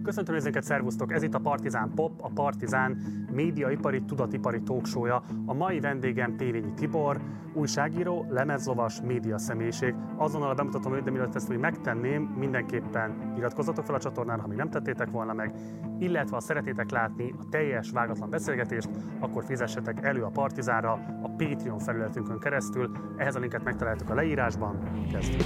Köszöntöm nézőinket, szervusztok! Ez itt a Partizán Pop, a Partizán médiaipari, tudatipari talkshow-ja. A mai vendégem Tévényi Tibor, újságíró, lemezlovas, médiaszemélyiség. Azonnal bemutatom őt, de mielőtt ezt még megtenném, mindenképpen iratkozzatok fel a csatornára, ha még nem tettétek volna meg, illetve ha szeretnétek látni a teljes, vágatlan beszélgetést, akkor fizessetek elő a Partizánra a Patreon felületünkön keresztül. Ehhez a linket megtaláltuk a leírásban. Kezdjük!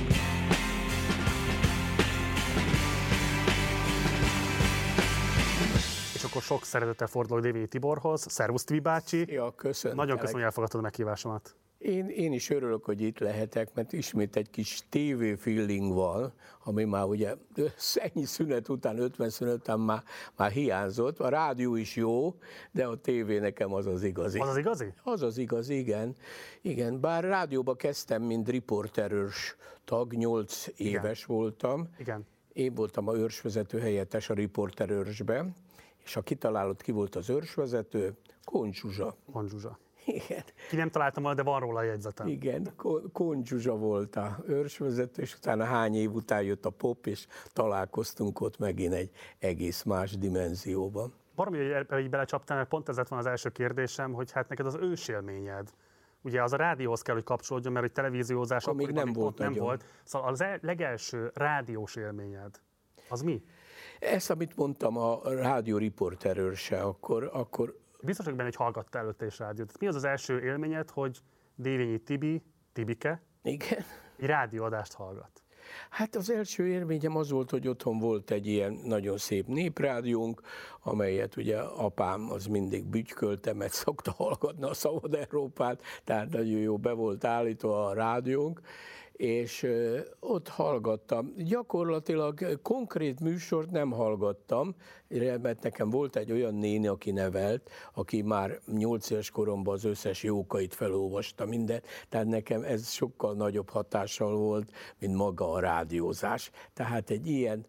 És akkor sok szeretettel fordulok Tévényi Tiborhoz. Szervusz, Tibi bácsi! Ja, köszönöm. Nagyon köszönöm, hogy elfogadtad a meghívásomat. Én is örülök, hogy itt lehetek, mert ismét egy kis TV feeling van, ami már ugye ennyi szünet után, 50 szünet után már hiányzott. A rádió is jó, de a tévé nekem az az igazi. Az az igazi? Az az igazi, igen. Igen, bár rádióba kezdtem, mint riporterőrs tag, 8 éves voltam. Igen. Én voltam a őrsvezető helyettes a riporterőrsben, és a kitalálott ki volt az őrsvezető, Kohn Zsuzsa. Kohn Zsuzsa. Igen. Ki nem találtam volna, de van róla a jegyzetem. Igen, Kohn Zsuzsa volt a őrsvezető, és utána hány év után jött a pop, és találkoztunk ott megint egy egész más dimenzióban. Baromi, hogy belecsaptál, mert pont ez lett van az első kérdésem, hogy hát neked az ősélményed. Ugye az a rádióhoz kell, hogy kapcsolódjon, mert hogy televíziózás akkor még nem volt. Nem volt. Szóval az legelső rádiós élményed, az mi? Ezt, amit mondtam a rádió riporterőrse, akkor biztos, hogy benne, hogy hallgattál előtte is rádiót. Mi az az első élményed, hogy Tévényi Tibike igen. egy rádióadást hallgat? Hát az első élményem az volt, hogy otthon volt egy ilyen nagyon szép néprádiónk, amelyet ugye apám az mindig bütykölte, mert szokta hallgatni a Szabad Európát, tehát nagyon jó be volt állítva a rádiónk, és ott hallgattam. Gyakorlatilag konkrét műsort nem hallgattam, mert nekem volt egy olyan néni, aki nevelt, aki már 8 éves koromban az összes Jókait felolvasta mindent, tehát nekem ez sokkal nagyobb hatással volt, mint maga a rádiózás. Tehát egy ilyen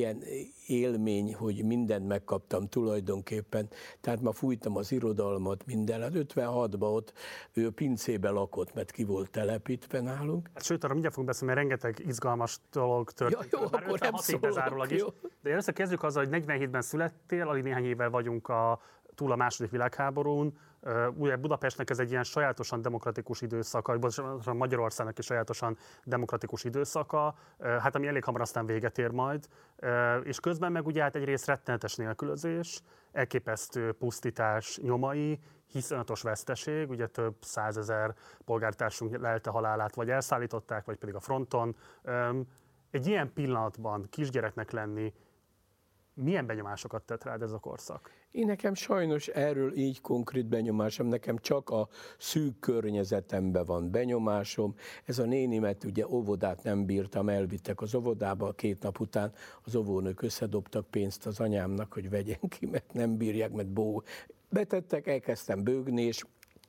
élmény, hogy mindent megkaptam tulajdonképpen, tehát ma fújtam az irodalmat, minden. Hát 56-ban ott ő pincébe lakott, mert ki volt telepítve nálunk. Hát, sőt, arra mindjárt fogunk beszélni, mert rengeteg izgalmas dolog történt. Ja, jó, akkor nem szólok, is. De először kezdjük azzal, hogy 47-ben születtél, alig néhány évvel vagyunk túl a második világháborún. Ugye Budapestnek ez egy ilyen sajátosan demokratikus időszaka, vagy Magyarországnak is sajátosan demokratikus időszaka, hát ami elég hamar aztán véget ér majd, és közben meg ugye hát egyrészt rettenetes nélkülözés, elképesztő pusztítás nyomai, iszonyatos veszteség, ugye több 100 000 polgártársunk lelte halálát, vagy elszállították, vagy pedig a fronton. Egy ilyen pillanatban kisgyereknek lenni, milyen benyomásokat tett rád ez a korszak? Én nekem sajnos erről így konkrét benyomásom, nekem csak a szűk környezetemben van benyomásom. Ez a nénimet ugye óvodát nem bírtam, elvittek az óvodába, 2 nap után az óvónők összedobtak pénzt az anyámnak, hogy vegyen ki, mert nem bírják, mert betettek, elkezdtem bőgni, és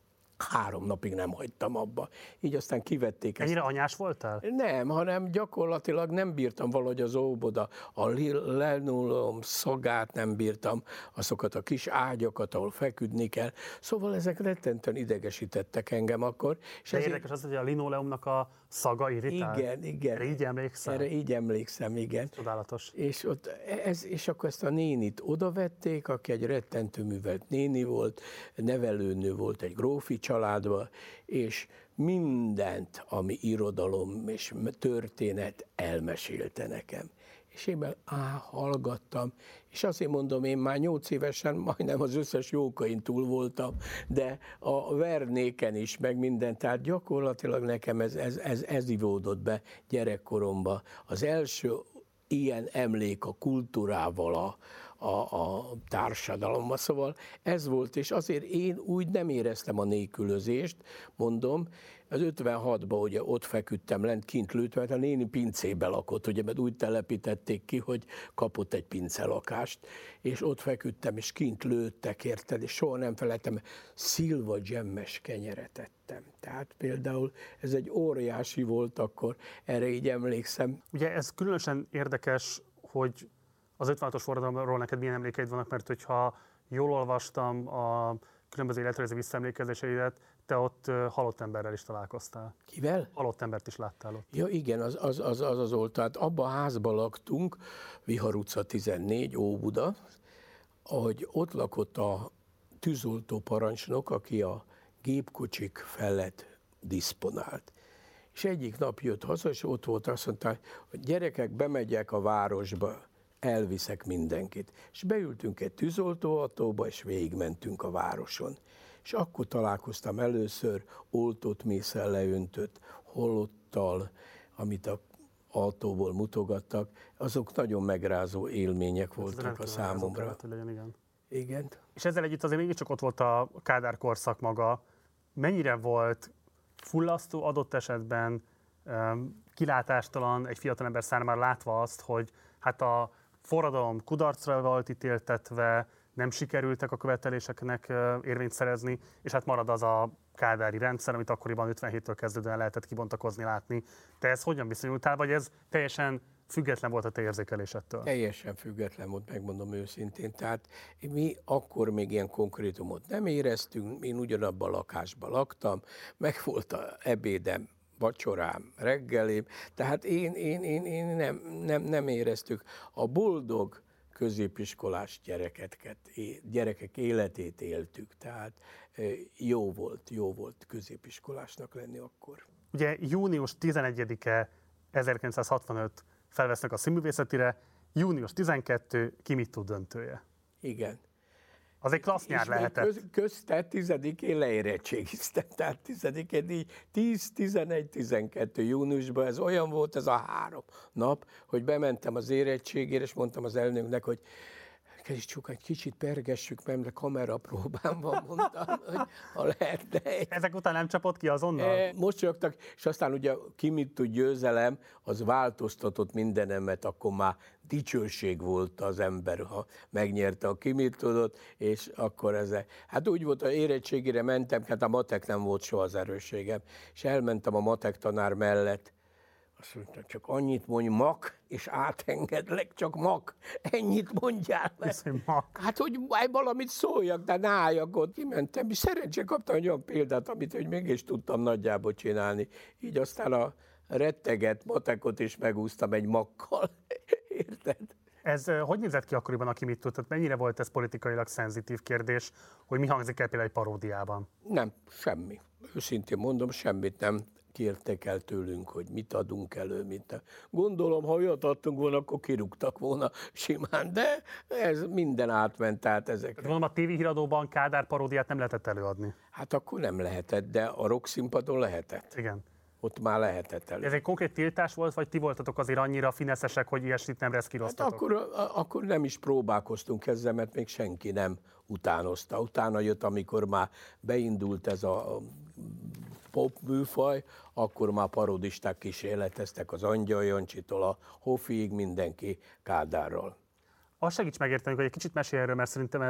3 napig nem hagytam abba. Így aztán kivették ezt. Ennyire anyás voltál? Nem, hanem gyakorlatilag nem bírtam valahogy az óvoda, a lelnulom szagát nem bírtam, azokat a kis ágyakat, ahol feküdni kell. Szóval ezek rettentően idegesítettek engem akkor. És de érdekes az, hogy a linoleumnak a szaga irritál? Igen. Erre így emlékszem? Erre így emlékszem, igen. Csodálatos. És akkor ezt a nénit odavették, aki egy rettentő művelt néni volt, nevelőnő volt egy grófi családba, és mindent, ami irodalom és történet, elmesélte nekem. És én hallgattam, és azért mondom, én már 8 évesen majdnem az összes Jókain túl voltam, de a Vernéken is, meg minden, tehát gyakorlatilag nekem ez ivódott be gyerekkoromban. Az első ilyen emlék a kultúrával, a társadalomban. Szóval ez volt, és azért én úgy nem éreztem a nélkülözést, mondom, az 56-ban ugye ott feküdtem lent, kint lőtt, mert a néni pincébe lakott, ugye, mert úgy telepítették ki, hogy kapott egy pincelakást, és ott feküdtem, és kint lőttek, érted, és soha nem felejtem, szilva dzsemmes kenyeret ettem. Tehát például ez egy óriási volt akkor, erre így emlékszem. Ugye ez különösen érdekes, hogy az 56-os forradalomról neked milyen emlékeid vannak, mert hogyha jól olvastam a különböző életrajzi visszaemlékezéseidet, te ott halott emberrel is találkoztál. Kivel? Halott embert is láttál ott. Ja igen, az volt. Tehát abban a házban laktunk, Vihar utca 14, Óbuda, ahogy ott lakott a tűzoltó parancsnok, aki a gépkocsik felett diszponált. És egyik nap jött haza, és ott volt, azt mondta, hogy gyerekek, bemegyek a városba, elviszek mindenkit. És beültünk egy tűzoltóautóba, és végigmentünk a városon. És akkor találkoztam először oltott mészel leöntött holottal, amit a autóból mutogattak. Azok nagyon megrázó élmények voltak a számomra. Igen. Igen. És ezzel együtt azért mégiscsak ott volt a Kádár korszak maga. Mennyire volt fullasztó adott esetben, kilátástalan egy fiatalember számára látva azt, hogy hát a forradalom kudarcra volt ítéltetve, nem sikerültek a követeléseknek érvényt szerezni, és hát marad az a kádári rendszer, amit akkoriban 57-től kezdődően lehetett kibontakozni, látni. Te ezt hogyan viszonyultál, vagy ez teljesen független volt a te érzékelésettől? Teljesen független volt, megmondom őszintén. Tehát mi akkor még ilyen konkrétumot nem éreztünk, én ugyanabban a lakásban laktam, meg volt a ebédem, vacsorám, reggelém, tehát én nem éreztük. A boldog középiskolás gyerekek életét éltük, tehát jó volt középiskolásnak lenni akkor. Ugye június 11-e 1965 felvesznek a színművészetire, június 12 Ki mit tud döntője. Igen. Az egy klassz nyár lehetett. Közte 10-én leérettségiztem, tehát 10-én 10, 11, 12 júniusban ez olyan volt, ez a 3 nap, hogy bementem az érettségére, és mondtam az elnöknek, hogy csak egy kicsit pergessük, mert kamerapróbám van, mondtam, hogy ha lehetne. Ezek után nem csapott ki azonnal? Mosolyogtak, és aztán ugye Ki mit tud győzelem, az változtatott mindenemet, akkor már dicsőség volt az ember, ha megnyerte a Ki mit tudott, és akkor ez. Hát úgy volt, hogy érettségére mentem, hát a matek nem volt soha az erősségem, és elmentem a matek tanár mellett. Azt mondta, csak annyit mondj, mak, és átengedlek, csak mak. Ennyit mondjál meg. Hát, hogy valamit szóljak, de ne álljak ott. Kimentem, és szerencsére kaptam egy olyan példát, amit hogy mégis tudtam nagyjából csinálni. Így aztán a retteget matekot is megúsztam egy makkal. Érted? Ez hogy nézett ki akkoriban, aki mit tud? Tehát mennyire volt ez politikailag szenzitív kérdés, hogy mi hangzik el például egy paródiában? Nem, semmi. Őszintén mondom, semmit nem kértek el tőlünk, hogy mit adunk elő, mint. Gondolom, ha olyat adtunk volna, akkor kirúgtak volna simán, de ez minden átment, tehát ezek. Gondolom, a tévéhíradóban Kádár paródiát nem lehetett előadni. Hát akkor nem lehetett, de a rock-színpadon lehetett. Igen. Ott már lehetett elő. Ez egy konkrét tiltás volt, vagy ti voltatok azért annyira fineszesek, hogy ilyesmit nem reszkíroztatok? Hát akkor nem is próbálkoztunk ezzel, mert még senki nem utánozta. Utána jött, amikor már beindult ez a pop műfaj, akkor már parodisták kísérleteztek az Angyal Jancsitól a Hofiig, mindenki Kádárral. Azt segíts megérteni, hogy egy kicsit mesélj erről, mert szerintem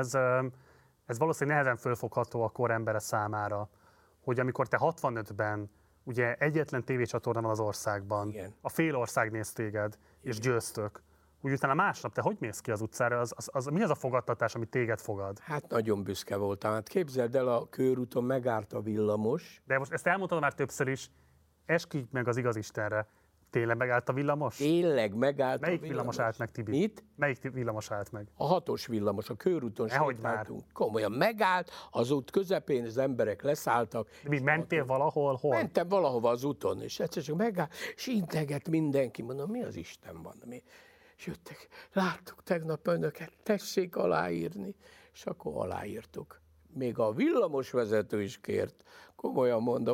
ez valószínűleg nehezen fölfogható a kor embere számára, hogy amikor te 65-ben ugye egyetlen tévécsatorna van az országban, Igen. a fél ország néz téged, és győztök. Úgy utána másnap te hogy mész ki az utcára? Mi az a fogadtatás, ami téged fogad? Hát nagyon büszke voltam. Hát képzeld el, a körúton megállt a villamos. De most ezt elmondtad már többször is, esküdj meg az igaz Istenre. Tényleg megállt a villamos? Tényleg megállt Melyik a villamos. villamos állt meg, Tibi? Mit? Melyik villamos állt meg? A 6-os villamos, a körúton sétáltunk. Komolyan megállt, az út közepén az emberek leszálltak. Mi mentél valahol? Hol? Mentem valahova az úton, és egyszer csak megállt, és integet mindenki. Mondom, mi az Isten van? És jöttek, láttuk tegnap önöket, tessék aláírni. És akkor aláírtuk. Még a villamosvezető is kért. Komolyan mondom,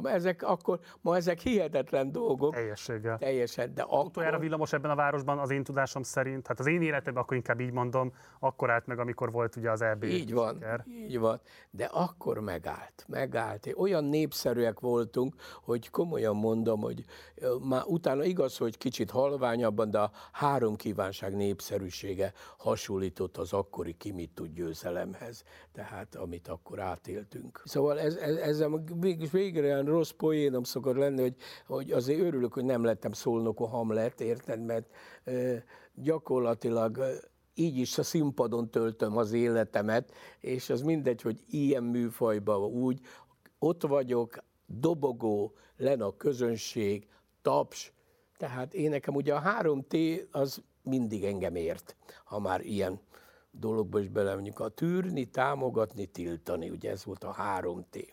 ma ezek hihetetlen dolgok. Teljességgel. Teljesen, de Utoljára villamos ebben a városban az én tudásom szerint, hát az én életemben, akkor inkább így mondom, akkor állt meg, amikor volt ugye az EB. Így van, de akkor megállt. Olyan népszerűek voltunk, hogy komolyan mondom, hogy már utána igaz, hogy kicsit halványabban, de a 3 kívánság népszerűsége hasonlított az akkori Ki mit tud győzelemhez, tehát amit akkor átéltünk. Szóval ez végre olyan rossz poénom szokott lenni, hogy azért örülök, hogy nem lettem Szolnokon Hamlet, érted, mert gyakorlatilag így is a színpadon töltöm az életemet, és az mindegy, hogy ilyen műfajban úgy, ott vagyok, dobogó, len a közönség, taps, tehát én nekem ugye a 3T az mindig engem ért, ha már ilyen dologba is belemegyünk, a tűrni, támogatni, tiltani, ugye ez volt a 3T.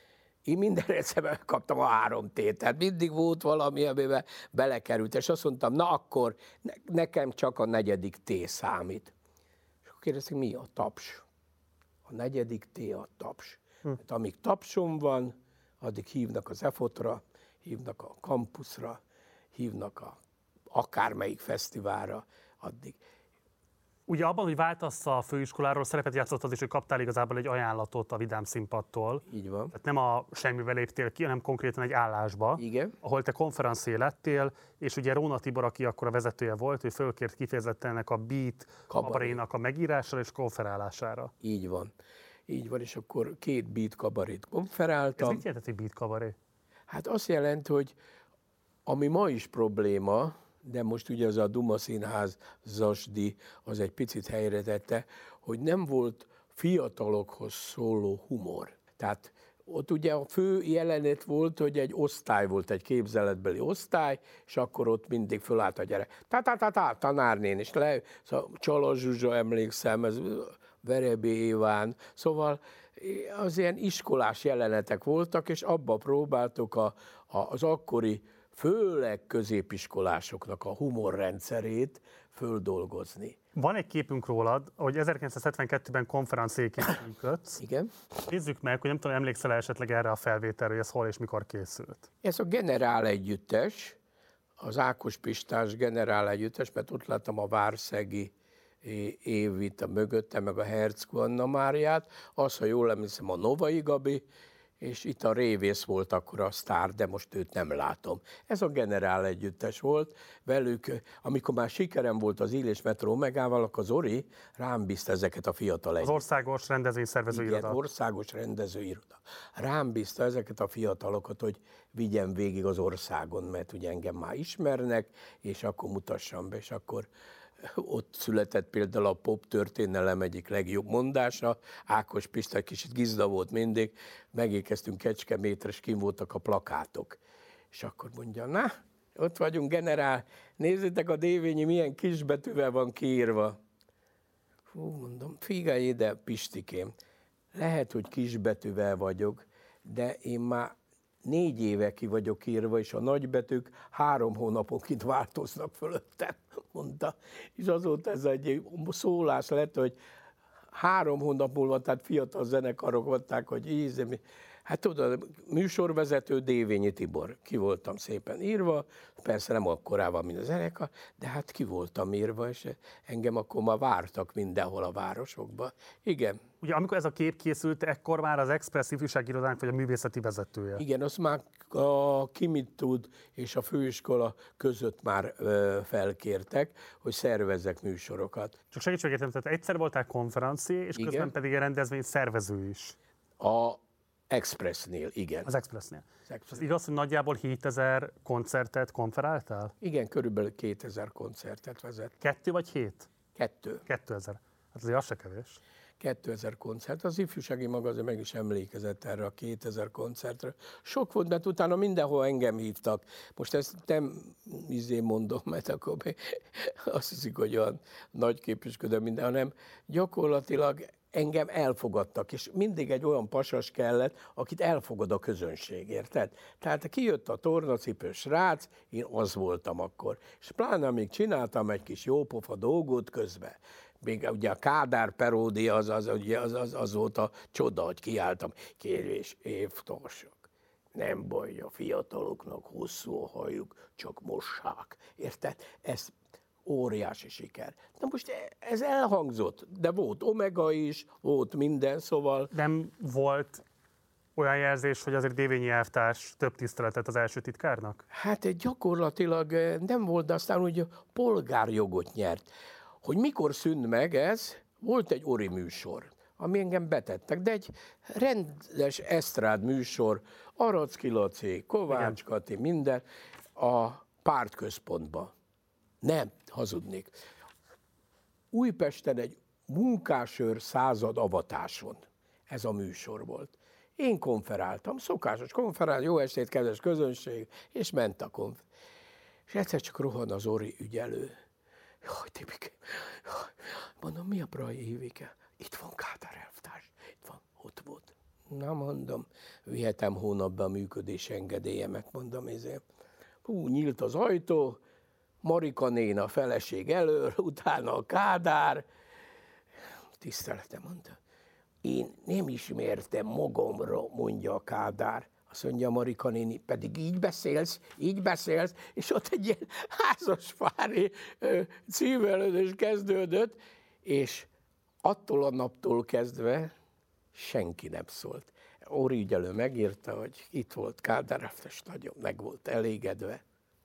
Én minden rendszerben kaptam a 3T-t, tehát mindig volt valami, amiben belekerült, és azt mondtam, na akkor nekem csak a 4. T számít. És akkor kérdezték, mi a taps? A 4. T a taps. Hát amíg tapsom van, addig hívnak az EFOT-ra, hívnak a kampuszra, hívnak akármelyik fesztiválra, addig. Ugye abban, hogy váltasz a főiskoláról, szerepet játszottad is, hogy kaptál igazából egy ajánlatot a Vidám Színpadtól. Így van. Tehát nem a semmivel léptél ki, hanem konkrétan egy állásba, Igen. ahol te konferencié lettél, és ugye Róna Tibor, aki akkor a vezetője volt, ő fölkért kifejezetten ennek a Beat kabarénak a megírására és konferálására. Így van. Így van, és akkor 2 Beat kabarét konferáltam. Ez mit jelent, hogy Beat kabaré? Hát azt jelenti, hogy ami ma is probléma, de most ugye az a Duma Színház zasdi, az egy picit helyre tette, hogy nem volt fiatalokhoz szóló humor. Tehát ott ugye a fő jelenet volt, hogy egy osztály volt, egy képzeletbeli osztály, és akkor ott mindig fölállt a gyerek. Tanárnén, és szóval Csalas Zsuzsa, emlékszem, ez Verebé Iván, szóval az ilyen iskolás jelenetek voltak, és abba próbáltuk az akkori főleg középiskolásoknak a humorrendszerét földolgozni. Van egy képünk rólad, hogy 1972-ben konferenciéként működsz. Igen. Nézzük meg, hogy nem tudom, emlékszel esetleg erre a felvételre, hogy ez hol és mikor készült. Ez a Generál Együttes, az Ákos Pistás Generál Együttes, mert ott láttam a Várszegi Évit a mögötte, meg a Herczg Anna Máriát, az, ha jól emlékszem, a Novai Gabi, és itt a Révész volt akkor a sztár, de most őt nem látom. Ez a Generál Együttes volt, velük, amikor már sikerem volt az Illés Metró Megával, akkor az Zori rám bízta ezeket a fiatal Az Országos Rendezvényszervező Iroda. Igen, Országos Rendezőiroda. Rám bízta ezeket a fiatalokat, hogy vigyem végig az országon, mert ugye engem már ismernek, és akkor mutassam be, és akkor ott született például a pop történelem egyik legjobb mondása. Ákos Pista kicsit gizda volt mindig, megérkeztünk Kecskemétre, és kim voltak a plakátok. És akkor mondja, na, ott vagyunk, generál, nézzétek a Dévényi milyen kisbetűvel van kiírva. Fú, mondom, figyelj ide, Pistikém, lehet, hogy kisbetűvel vagyok, de én már 4 éve ki vagyok írva, és a nagybetűk 3 hónaponként változnak fölöttem, mondta. És azóta ez egy szólás lett, hogy 3 hónap múlva, tehát fiatal zenekarok mondták, hogy hát tudod, műsorvezető Dévényi Tibor, ki voltam szépen írva, persze nem akkorával, mint a zenekar, de hát ki voltam írva, és engem akkor már vártak mindenhol a városokban. Igen. Ugye amikor ez a kép készült, ekkor már az Express ifjúságirodánk vagy a művészeti vezetője. Igen, azt már a Ki mit tud és a főiskola között már felkértek, hogy szervezzek műsorokat. Csak segítségétem, tehát egyszer voltál konferencié, és Igen. közben pedig a rendezvény szervező is. A Expressnél, igen. Az Expressnél. Az Express. Az igaz, hogy nagyjából 7000 koncertet konferáltál? Igen, körülbelül 2000 koncertet vezet. 2 vagy 7? 2. 2000. Hát azért az se kevés. 2000 koncert. Az ifjúsági magazin meg is emlékezett erre a 2000 koncertre. Sok volt, mert utána mindenhol engem hívtak. Most ezt nem mondom, mert akkor azt hiszik, hogy olyan nagy képüsködöm minden, hanem gyakorlatilag engem elfogadtak, és mindig egy olyan pasas kellett, akit elfogad a közönség, érted? Tehát kijött a tornacipős srác, én az voltam akkor. És pláne még csináltam egy kis jópofa dolgot közben. Még ugye a Kádár paródia az volt a csoda, hogy kiálltam. Kérés, évtársak, nem baj, a fiataloknak hosszú a hajuk, csak mossák. Érted? Ez óriási siker. Na most ez elhangzott, de volt Omega is, volt minden, szóval... Nem volt olyan jelzés, hogy azért Dévényi elvtárs több tiszteletet az első titkárnak? Hát gyakorlatilag nem volt, de aztán úgy polgárjogot nyert. Hogy mikor szűnt meg ez, volt egy Ori műsor, ami engem betettek, de egy rendes esztrád műsor, Aracki Laci, Kovács Kati, minden a pártközpontba. Nem, hazudnék. Újpesten egy munkásőr század avatáson. Ez a műsor volt. Én konferáltam, szokásos konferál, jó estét, kedves közönség, és ment a és egyszer csak rohan az Ori ügyelő. Jaj, Tibike, mondom, mi a Brai Évike? Itt van Kádár elvtárs, itt van, ott volt. Na mondom, vihetem hónapban a működés engedélyemet, mondom, ezért. Nyílt az ajtó, Marika néna a feleség elől, utána a Kádár. Tiszteletem, mondta. Én nem ismertem magamra, mondja a Kádár. Azt mondja Marika néni, pedig így beszélsz, és ott egy ilyen házaspári címelődés kezdődött, és attól a naptól kezdve senki nem szólt. Óri ügyelő megírta, hogy itt volt Kádár elvtárs, nagyon meg volt elégedve.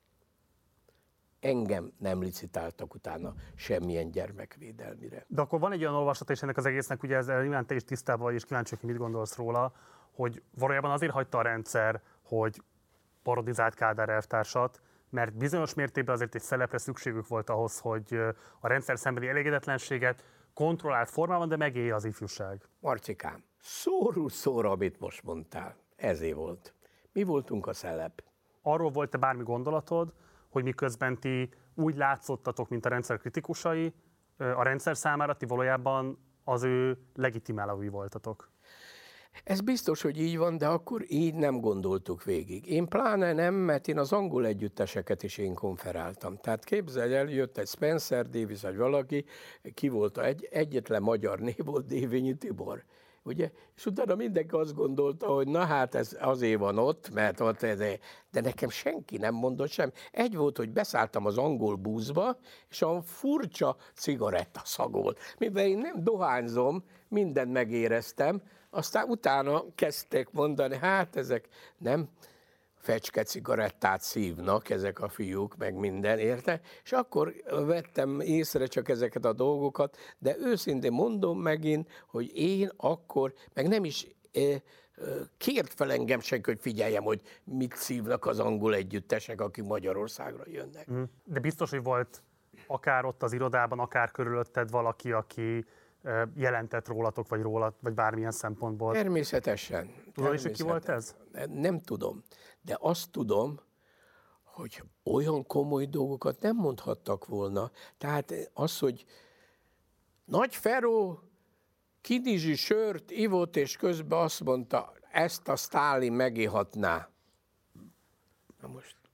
Engem nem licitáltak utána semmilyen gyermekvédelmire. De akkor van egy olyan olvasata is ennek az egésznek, ugye ezzel nyilván te is tisztában vagy, és kíváncsi, hogy mit gondolsz róla, hogy valójában azért hagyta a rendszer, hogy parodizált Kádár elvtársat, mert bizonyos mértékben azért egy szelepre szükségük volt ahhoz, hogy a rendszer szembeni elégedetlenséget kontrollált formában, de megélje az ifjúság. Marcikám, szóról szóra, amit most mondtál, ezé volt. Mi voltunk a szelep. Arról volt-e bármi gondolatod, hogy miközben ti úgy látszottatok, mint a rendszer kritikusai, a rendszer számára ti valójában az ő legitimálói voltatok? Ez biztos, hogy így van, de akkor így nem gondoltuk végig. Én pláne nem, mert én az angol együtteseket is én konferáltam. Tehát képzelj el, jött egy Spencer Davis, vagy valaki, ki volt egyetlen magyar név volt, Dévényi Tibor. Ugye? És utána mindenki azt gondolta, hogy na hát ez azért van ott, mert ott, de nekem senki nem mondott sem. Egy volt, hogy beszálltam az angol buszba, és a furcsa cigaretta szag volt. Mivel én nem dohányzom, mindent megéreztem, aztán utána kezdték mondani, hát ezek nem fecske cigarettát szívnak ezek a fiúk, meg minden, érte? És akkor vettem észre csak ezeket a dolgokat, de őszintén mondom megint, hogy én akkor, meg nem is kért fel engem senki, hogy figyeljem, hogy mit szívnak az angol együttesek, akik Magyarországra jönnek. De biztos, hogy volt akár ott az irodában, akár körülötted valaki, aki jelentett rólatok, vagy rólad, vagy bármilyen szempontból. Természetesen. Tudod is, hogy ki volt ez? Nem tudom, de azt tudom, hogy olyan komoly dolgokat nem mondhattak volna. Tehát az, hogy Nagy Feró kinizsi sört ivott, és közben azt mondta, ezt a Sztálin megihatná. Na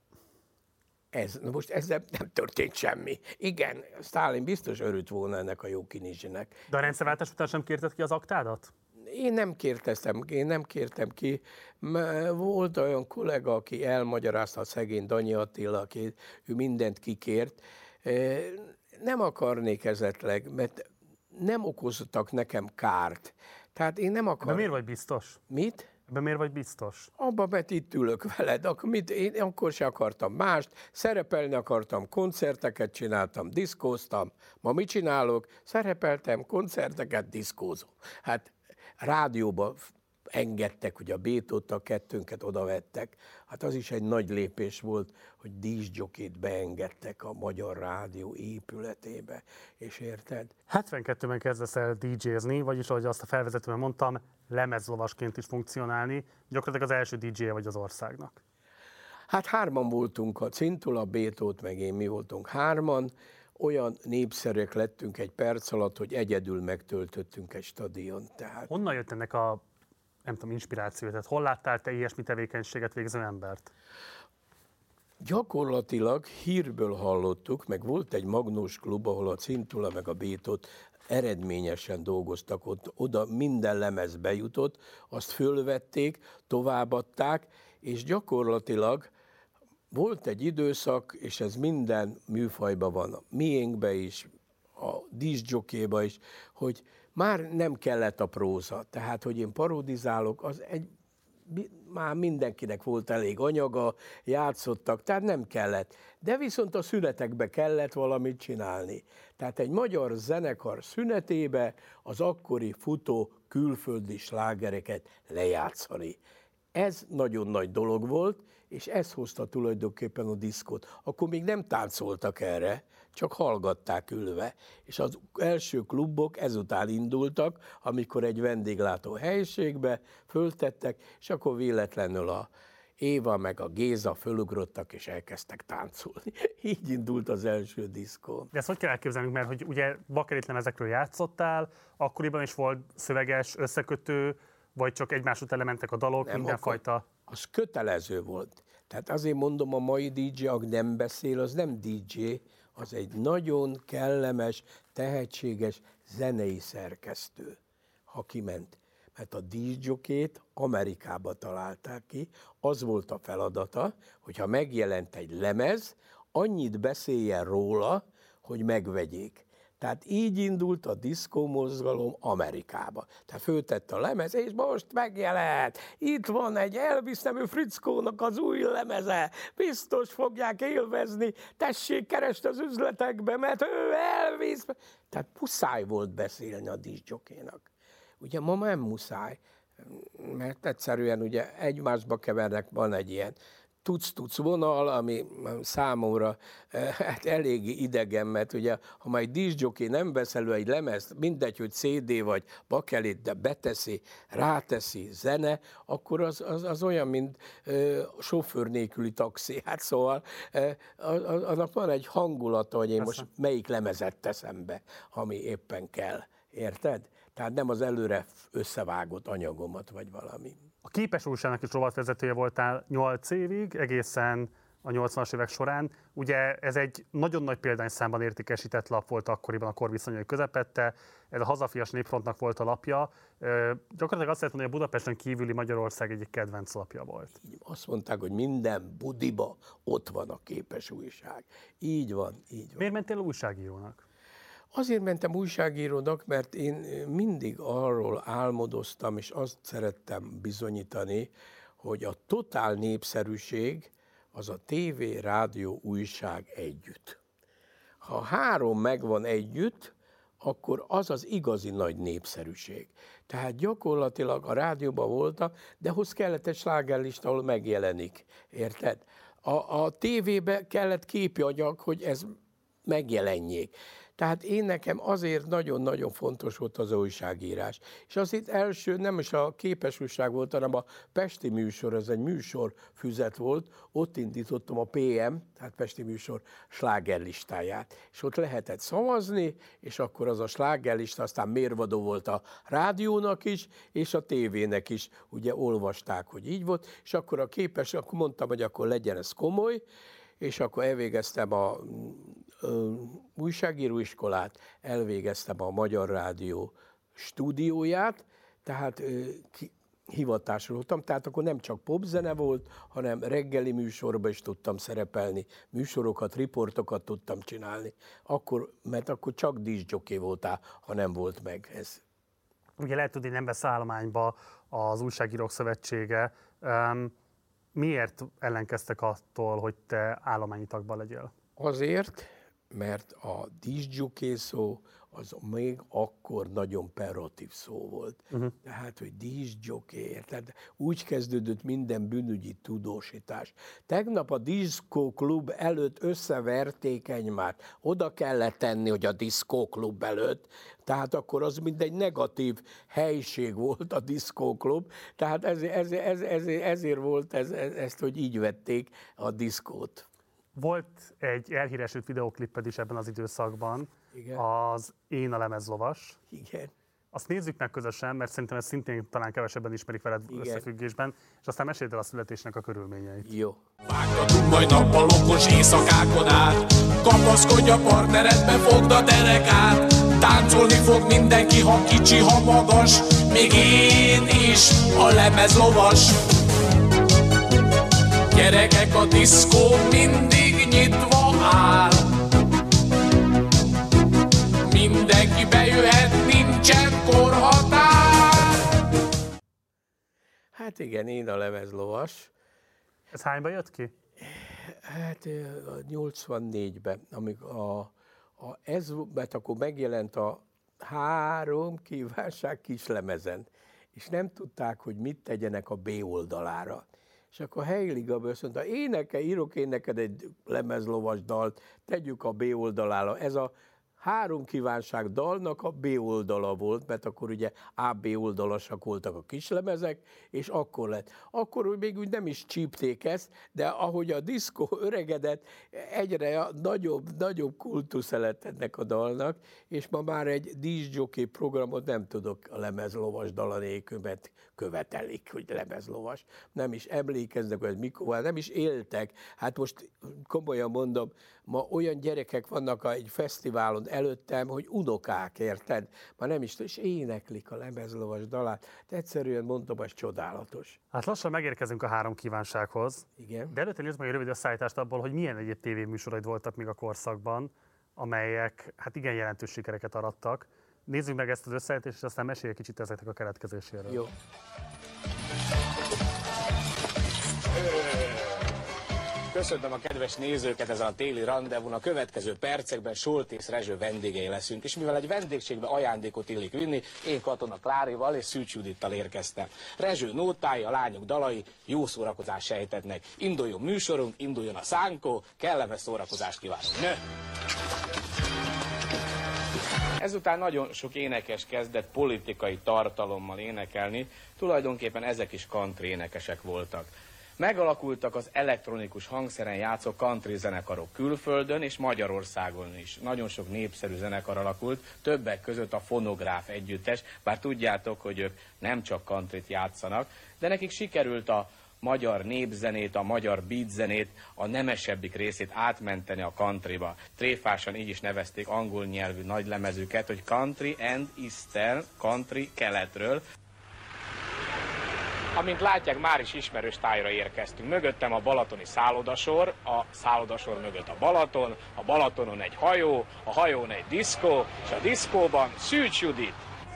most ezzel nem történt semmi. Igen, Sztálin biztos örült volna ennek a jó kinizsinek. De a rendszerváltás után sem kérted ki az aktádat? Én nem kértem ki. Volt olyan kollega, aki elmagyarázta, a szegény Danyi Attila, aki ő mindent kikért. Nem akarnék ezetleg, mert nem okoztak nekem kárt. Tehát én nem akarok. De miért vagy biztos? Mit? Ebben miért vagy biztos? Abban, mert itt ülök veled, én akkor se akartam mást, szerepelni akartam, koncerteket csináltam, diszkóztam. Ma mit csinálok? Szerepeltem, koncerteket, diszkózom. Hát rádióba engedtek, hogy a Bétót, a kettőnket odavettek. Hát az is egy nagy lépés volt, hogy díszdzsokét beengedtek a Magyar Rádió épületébe. És érted? 72-ben kezdesz el DJ-zni, vagyis ahogy azt a felvezetőben mondtam, lemezlovasként is funkcionálni. Gyakorlatilag az első DJ-je vagy az országnak. Hát hárman voltunk, a Cintula, Bétót, meg én, mi voltunk hárman. Olyan népszerűek lettünk egy perc alatt, hogy egyedül megtöltöttünk egy stadiont. Tehát... Honnan jött ennek a, nem tudom, inspiráció? Tehát hol láttál te ilyesmi tevékenységet végző embert? Gyakorlatilag hírből hallottuk, meg volt egy Magnós klub, ahol a Cintula meg a Bétót eredményesen dolgoztak, oda minden lemez bejutott, azt fölvették, továbbadták, és gyakorlatilag volt egy időszak, és ez minden műfajban van, a miénkben is, a diszkjokéban is, hogy már nem kellett a próza. Tehát, hogy én parodizálok, az már mindenkinek volt elég anyaga, játszottak, tehát nem kellett. De viszont a szünetekbe kellett valamit csinálni. Tehát egy magyar zenekar szünetébe az akkori futó külföldi slágereket lejátszani. Ez nagyon nagy dolog volt, és ez hozta tulajdonképpen a diszkót. Akkor még nem táncoltak erre, csak hallgatták ülve. És az első klubok ezután indultak, amikor egy vendéglátó helyiségbe föltettek, és akkor véletlenül a Éva meg a Géza fölugrottak és elkezdtek táncolni. Így indult az első diszkó. De ezt hogy kell elképzelnünk, mert hogy ugye bakeritlemezekről játszottál, akkoriban is volt szöveges, összekötő, vagy csak egymás után lementek a dalok, Nem, mindenfajta... Az kötelező volt. Tehát azért mondom, a mai DJ, aki nem beszél, az nem DJ, az egy nagyon kellemes, tehetséges zenei szerkesztő, ha kiment. Mert a discjokét Amerikába találták ki, az volt a feladata, hogyha megjelent egy lemez, annyit beszéljen róla, hogy megvegyék. Tehát így indult a diszkó mozgalom Amerikába. Tehát föltett a lemez, és most megjelent. Itt van egy Elvis nevű Frickónak az új lemeze. Biztos fogják élvezni. Tessék, keresd az üzletekbe, mert ő Elvis. Tehát muszáj volt beszélni a diszkjokénak. Ugye ma nem muszáj, mert egyszerűen ugye egymásba kevernek, van egy ilyen tuc-tuc vonal, ami számomra hát eléggé idegen, mert ugye, ha majd diszkjockey nem vesz elő egy lemezt, mindegy, hogy CD vagy bakelit, de beteszi, ráteszi zene, akkor az olyan, mint sofőr nélküli taxi. Hát szóval annak van egy hangulata, hogy én most melyik lemezet teszem be, ami éppen kell. Érted? Tehát nem az előre összevágott anyagomat, vagy valami. A Képes újságnak is rovatvezetője voltál 8 évig, egészen a 80-as évek során. Ugye ez egy nagyon nagy példányszámban értékesített lap volt akkoriban a korviszonyai közepette, ez a Hazafias Népfrontnak volt a lapja. Gyakorlatilag azt lehet mondani, hogy a Budapesten kívüli Magyarország egyik kedvenc lapja volt. Azt mondták, hogy minden budiba ott van a Képes újság. Így van, így van. Miért mentél újságírónak? Azért mentem újságírónak, mert én mindig arról álmodoztam, és azt szerettem bizonyítani, hogy a totál népszerűség az a tévé, rádió, újság együtt. Ha 3 megvan együtt, akkor az az igazi nagy népszerűség. Tehát gyakorlatilag a rádióban voltam, de hoz kellett egy slágerlista, ahol megjelenik. Érted? A tévébe kellett képanyag, hogy ez megjelenjék. Tehát én nekem azért nagyon-nagyon fontos volt az újságírás. És az itt első nem is a Képes újság volt, hanem a Pesti műsor, ez egy műsorfüzet volt, ott indítottam a PM, tehát Pesti műsor slágerlistáját. És ott lehetett szavazni, és akkor az a slágerlista aztán mérvadó volt a rádiónak is, és a tévének is, ugye olvasták, hogy így volt, és akkor a Képes, akkor mondtam, hogy akkor legyen ez komoly, és akkor elvégeztem a újságíróiskolát, elvégeztem a Magyar Rádió stúdióját, tehát hivatásról voltam, tehát akkor nem csak popzene volt, hanem reggeli műsorban is tudtam szerepelni, műsorokat, riportokat tudtam csinálni, mert akkor csak diszkjockey voltál, ha nem volt meg ez. Ugye lehet tudni, nem vesz állományba az Újságírók Szövetsége. Miért ellenkeztek attól, hogy te állományi tagban legyél? Azért, mert a diszkjockey szó az még akkor nagyon pejoratív szó volt. Tehát, hogy diszkjockey, érted? Úgy kezdődött minden bűnügyi tudósítás. Tegnap a diszkóklub előtt összeverték egymást. Oda kellett tenni, hogy a diszkóklub előtt. Tehát akkor az mind egy negatív helység volt a diszkóklub. Tehát ezért volt ezt, hogy így vették a diszkót. Volt egy elhíresült videóklipped is ebben az időszakban, Igen. az Én a lemezlovas. Igen. Azt nézzük meg közösen, mert szerintem ezt szintén talán kevesebben ismerik veled összefüggésben, és aztán meséld el a születésnek a körülményeit. Jó. Vágtatunk majd nappalokos éjszakákon át, kapaszkodj a partneredbe, fogd a derekát. Táncolni fog mindenki, ha kicsi, ha magas, még én is a lemezlovas. Gyerekek, a diszkó mindig nyitva áll, mindenki bejöhet, nincsen korhatár. Hát igen, én a lemezlovas. Ez hányba jött ki? Hát 84-ben, amikor mert akkor megjelent a 3 kívánság kislemezen, és nem tudták, hogy mit tegyenek a B oldalára. És akkor Hailey Gabriel azt mondta, írok én neked egy lemezlovas dalt, tegyük a B oldalára. Ez a 3 kívánság dalnak a B oldala volt, mert akkor ugye A-B oldalasak voltak a kislemezek, és akkor lett. Akkor még úgy nem is csípték ezt, de ahogy a diszkó öregedett, egyre nagyobb kultusz lett ennek a dalnak, és ma már egy diszjockey programot nem tudok a lemezlovas dala nélkül, mert követelik, hogy lemezlovas. Nem is emlékeznek, hogy mikor, nem is éltek. Hát most komolyan mondom, ma olyan gyerekek vannak egy fesztiválon előttem, hogy unokák, érted? Ma nem is, és éneklik a lemezlovas dalát. De egyszerűen mondom, ez csodálatos. Hát lassan megérkezünk a 3 kívánsághoz. Igen. De előtte nézzük meg egy rövid összeállítást abból, hogy milyen egyéb tévéműsoraid voltak még a korszakban, amelyek hát igen jelentős sikereket arattak. Nézzük meg ezt az összeállítást, és aztán mesélj kicsit ezeknek a keletkezéséről. Jó. Köszöntöm a kedves nézőket ezen a téli rendezvún. A következő percekben Soltész Rezső vendégei leszünk, és mivel egy vendégségbe ajándékot illik vinni, én Katona Klárival és Szűcs Judittal érkeztem. Rezső nótái, a lányok dalai jó szórakozást sejtetnek. Induljon műsorunk, induljon a szánkó, kellemes szórakozást kívánok. Nö! Ezután nagyon sok énekes kezdett politikai tartalommal énekelni, tulajdonképpen ezek is country énekesek voltak. Megalakultak az elektronikus hangszeren játszó country zenekarok külföldön és Magyarországon is. Nagyon sok népszerű zenekar alakult, többek között a Fonográf együttes, bár tudjátok, hogy ők nem csak countryt játszanak, de nekik sikerült a magyar népzenét, a magyar beatzenét, a nemesebbik részét átmenteni a countryba. Tréfásan így is nevezték angol nyelvű nagylemezüket, hogy Country and Eastern, country keletről. Amint látják, már is ismerős tájra érkeztünk. Mögöttem a balatoni szállodasor, a szállodasor mögött a Balatonon egy hajó, a hajón egy diszkó, és a diszkóban Szűcs Judit.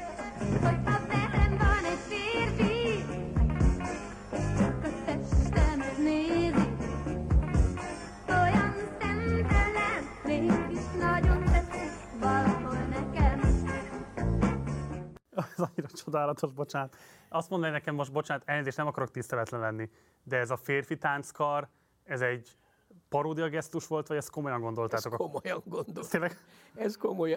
Ez annyira csodálatos, bocsánat. Azt mondani nekem most, bocsánat, elnézést, nem akarok tiszteletlen lenni, de ez a férfi tánckar, ez egy paródia gesztus volt, vagy ezt komolyan gondoltátok? Ezt komolyan gondoltam. Tényleg? Ez komolyan.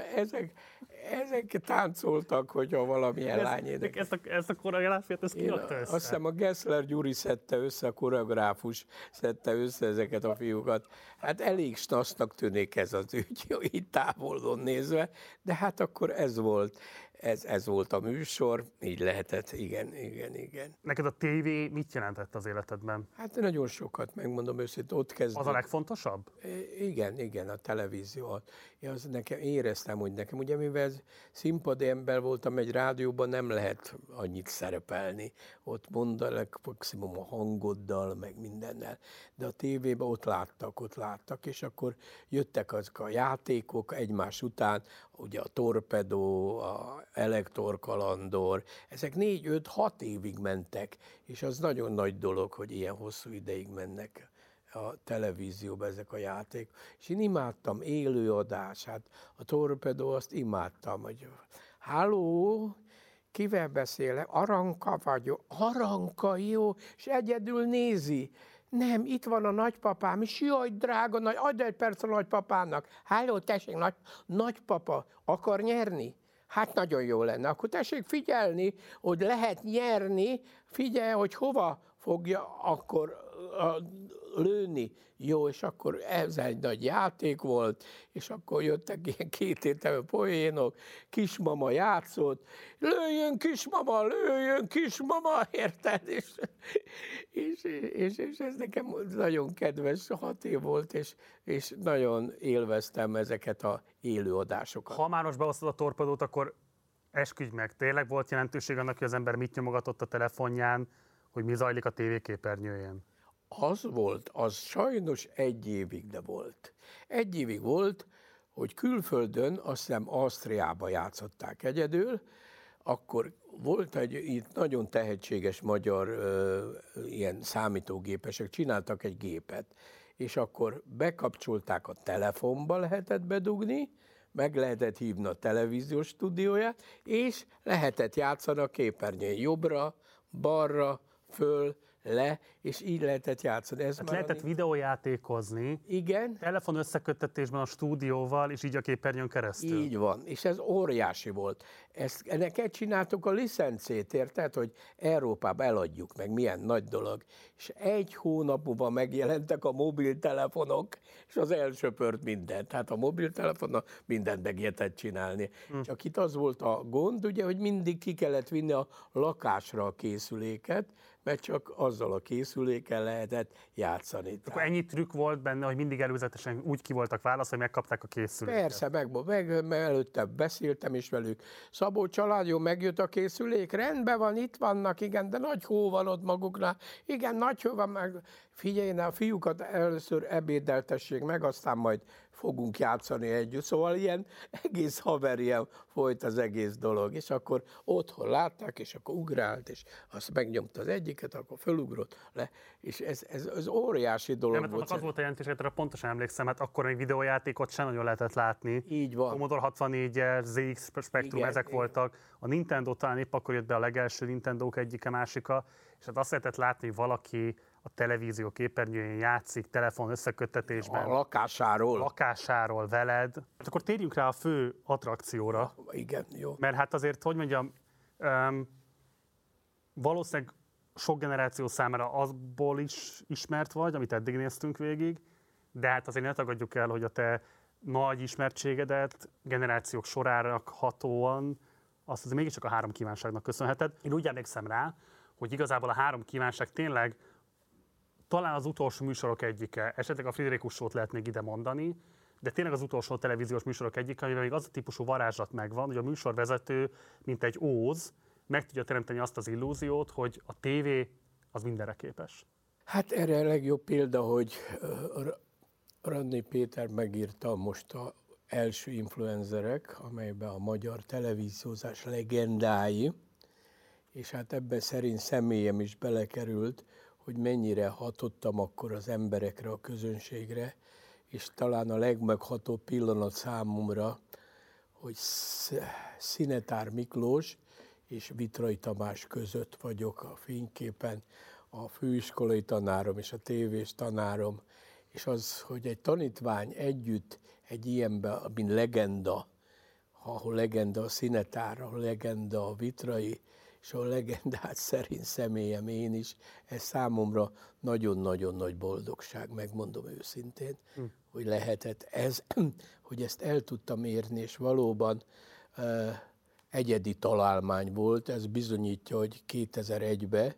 Ezek táncoltak, hogyha valamilyen lány énekel. Ezt a koreográfiát, ezt kiadta össze? Azt hiszem a Gessler Gyuri szedte össze, a koreográfus szedte össze ezeket a fiúkat. Hát elég snasznak tűnik ez az ügy, így távolon nézve, de hát akkor ez volt. Ez volt a műsor, így lehetett, igen. Neked a tévé mit jelentett az életedben? Hát nagyon sokat, megmondom őszintén, ott kezdődött. Az a legfontosabb? Igen, a televízió. Éreztem, hogy nekem, ugye mivel színpadi ember voltam, egy rádióban nem lehet annyit szerepelni. Ott mondanak maximum a hangoddal, meg mindennel. De a tévében ott láttak, és akkor jöttek azok a játékok egymás után, ugye a Torpedó, a Elektor Kalandor, ezek 4-5-6 évig mentek, és az nagyon nagy dolog, hogy ilyen hosszú ideig mennek a televízióban ezek a játék. És én imádtam élőadás, hát a Torpedó azt imádtam, hogy halló, kivel beszélek? Aranka vagyok. Aranka, jó, és egyedül nézi. Nem, itt van a nagypapám, és jaj, drága, adj egy perc a nagypapának. Halló, tessék, nagypapa, akar nyerni? Hát nagyon jó lenne. Akkor tessék figyelni, hogy lehet nyerni, figyelj, hogy hova fogja akkor lőni. Jó, és akkor ez egy nagy játék volt, és akkor jöttek ilyen kétértelmű poénok, kismama játszott, lőjön kismama, érted? És ez nekem nagyon kedves, 6 év volt, és nagyon élveztem ezeket a élőadásokat. Ha már most beosztod a Torpedót, akkor esküdj meg, tényleg volt jelentőség annak, hogy az ember mit nyomogatott a telefonján, hogy mi zajlik a tévéképernyőjén? Az sajnos 1 évig, de volt. 1 évig volt, hogy külföldön, azt hiszem Ausztriába játszották egyedül, akkor volt egy itt nagyon tehetséges magyar ilyen számítógépesek, csináltak egy gépet, és akkor bekapcsolták a telefonba, lehetett bedugni, meg lehetett hívni a televíziós stúdióját, és lehetett játszani a képernyőn jobbra, balra, föl, le, és így lehetett játszani. Ez Hát lehetett videójátékozni, igen. telefon összeköttetésben a stúdióval, és így a képernyőn keresztül. Így van, és ez óriási volt. Ennek csináltuk a licencét, érted, hogy Európába eladjuk meg, milyen nagy dolog. És 1 hónap múlva megjelentek a mobiltelefonok, és az elsöpört mindent. Tehát a mobiltelefonnal mindent meg lehetett csinálni. Csak itt az volt a gond, ugye, hogy mindig ki kellett vinni a lakásra a készüléket, mert csak azzal a készülékkel lehetett játszani. Akkor ennyi trükk volt benne, hogy mindig előzetesen úgy ki voltak válasz, hogy megkapták a készüléket. Persze, meg előtte beszéltem is velük. Szabó családjon, megjött a készülék, rendben van, itt vannak, igen, de nagy hó van ott maguknál. Igen, nagy hó van, meg figyelj, a fiúkat először ebédeltessék meg, aztán majd fogunk játszani együtt. Szóval ilyen egész haverien folyt az egész dolog. És akkor otthon látták, és akkor ugrált, és azt megnyomta az egyiket, akkor fölugrott le. És ez óriási dolog nem, volt. Az volt a jelentés, hogy pontosan emlékszem, hát akkor még videójátékot sem nagyon lehetett látni. Így van. Commodore 64-es, ZX Spectrum, Igen, ezek igen. voltak. A Nintendo talán épp akkor jött be a legelső Nintendók egyike, másika, és hát azt lehetett látni, hogy valaki a televízió képernyőjén játszik, telefon összeköttetésben. A lakásáról. Lakásáról veled. Hát akkor térjünk rá a fő attrakcióra. Igen, jó. Mert hát azért, hogy mondjam, valószínűleg sok generáció számára azból is ismert vagy, amit eddig néztünk végig, de hát azért ne tagadjuk el, hogy a te nagy ismertségedet generációk sorára hatóan azt azért mégiscsak a 3 kívánságnak köszönheted. Én úgy emlékszem rá, hogy igazából a 3 kívánság tényleg talán az utolsó műsorok egyike, esetleg a Friderikus Show-t lehet még ide mondani, de tényleg az utolsó televíziós műsorok egyike, amiben még az a típusú varázslat megvan, hogy a műsorvezető, mint egy óz, meg tudja teremteni azt az illúziót, hogy a tévé az mindenre képes. Hát erre a legjobb példa, hogy Radnay Péter megírta most az első influencerek, amelyben a magyar televíziózás legendái, és hát ebben szerint személyem is belekerült, hogy mennyire hatottam akkor az emberekre, a közönségre, és talán a legmeghatóbb pillanat számomra, hogy Szinetár Miklós és Vitrai Tamás között vagyok a fényképen, a főiskolai tanárom és a tévés tanárom, és az, hogy egy tanítvány együtt egy ilyenben, mint legenda, ahol legenda a Szinetár, ahol legenda a Vitrai, és a legendát szerint személyem én is, ez számomra nagyon-nagyon nagy boldogság, megmondom őszintén, hogy lehetett ez, hogy ezt el tudtam érni, és valóban egyedi találmány volt, ez bizonyítja, hogy 2001-ben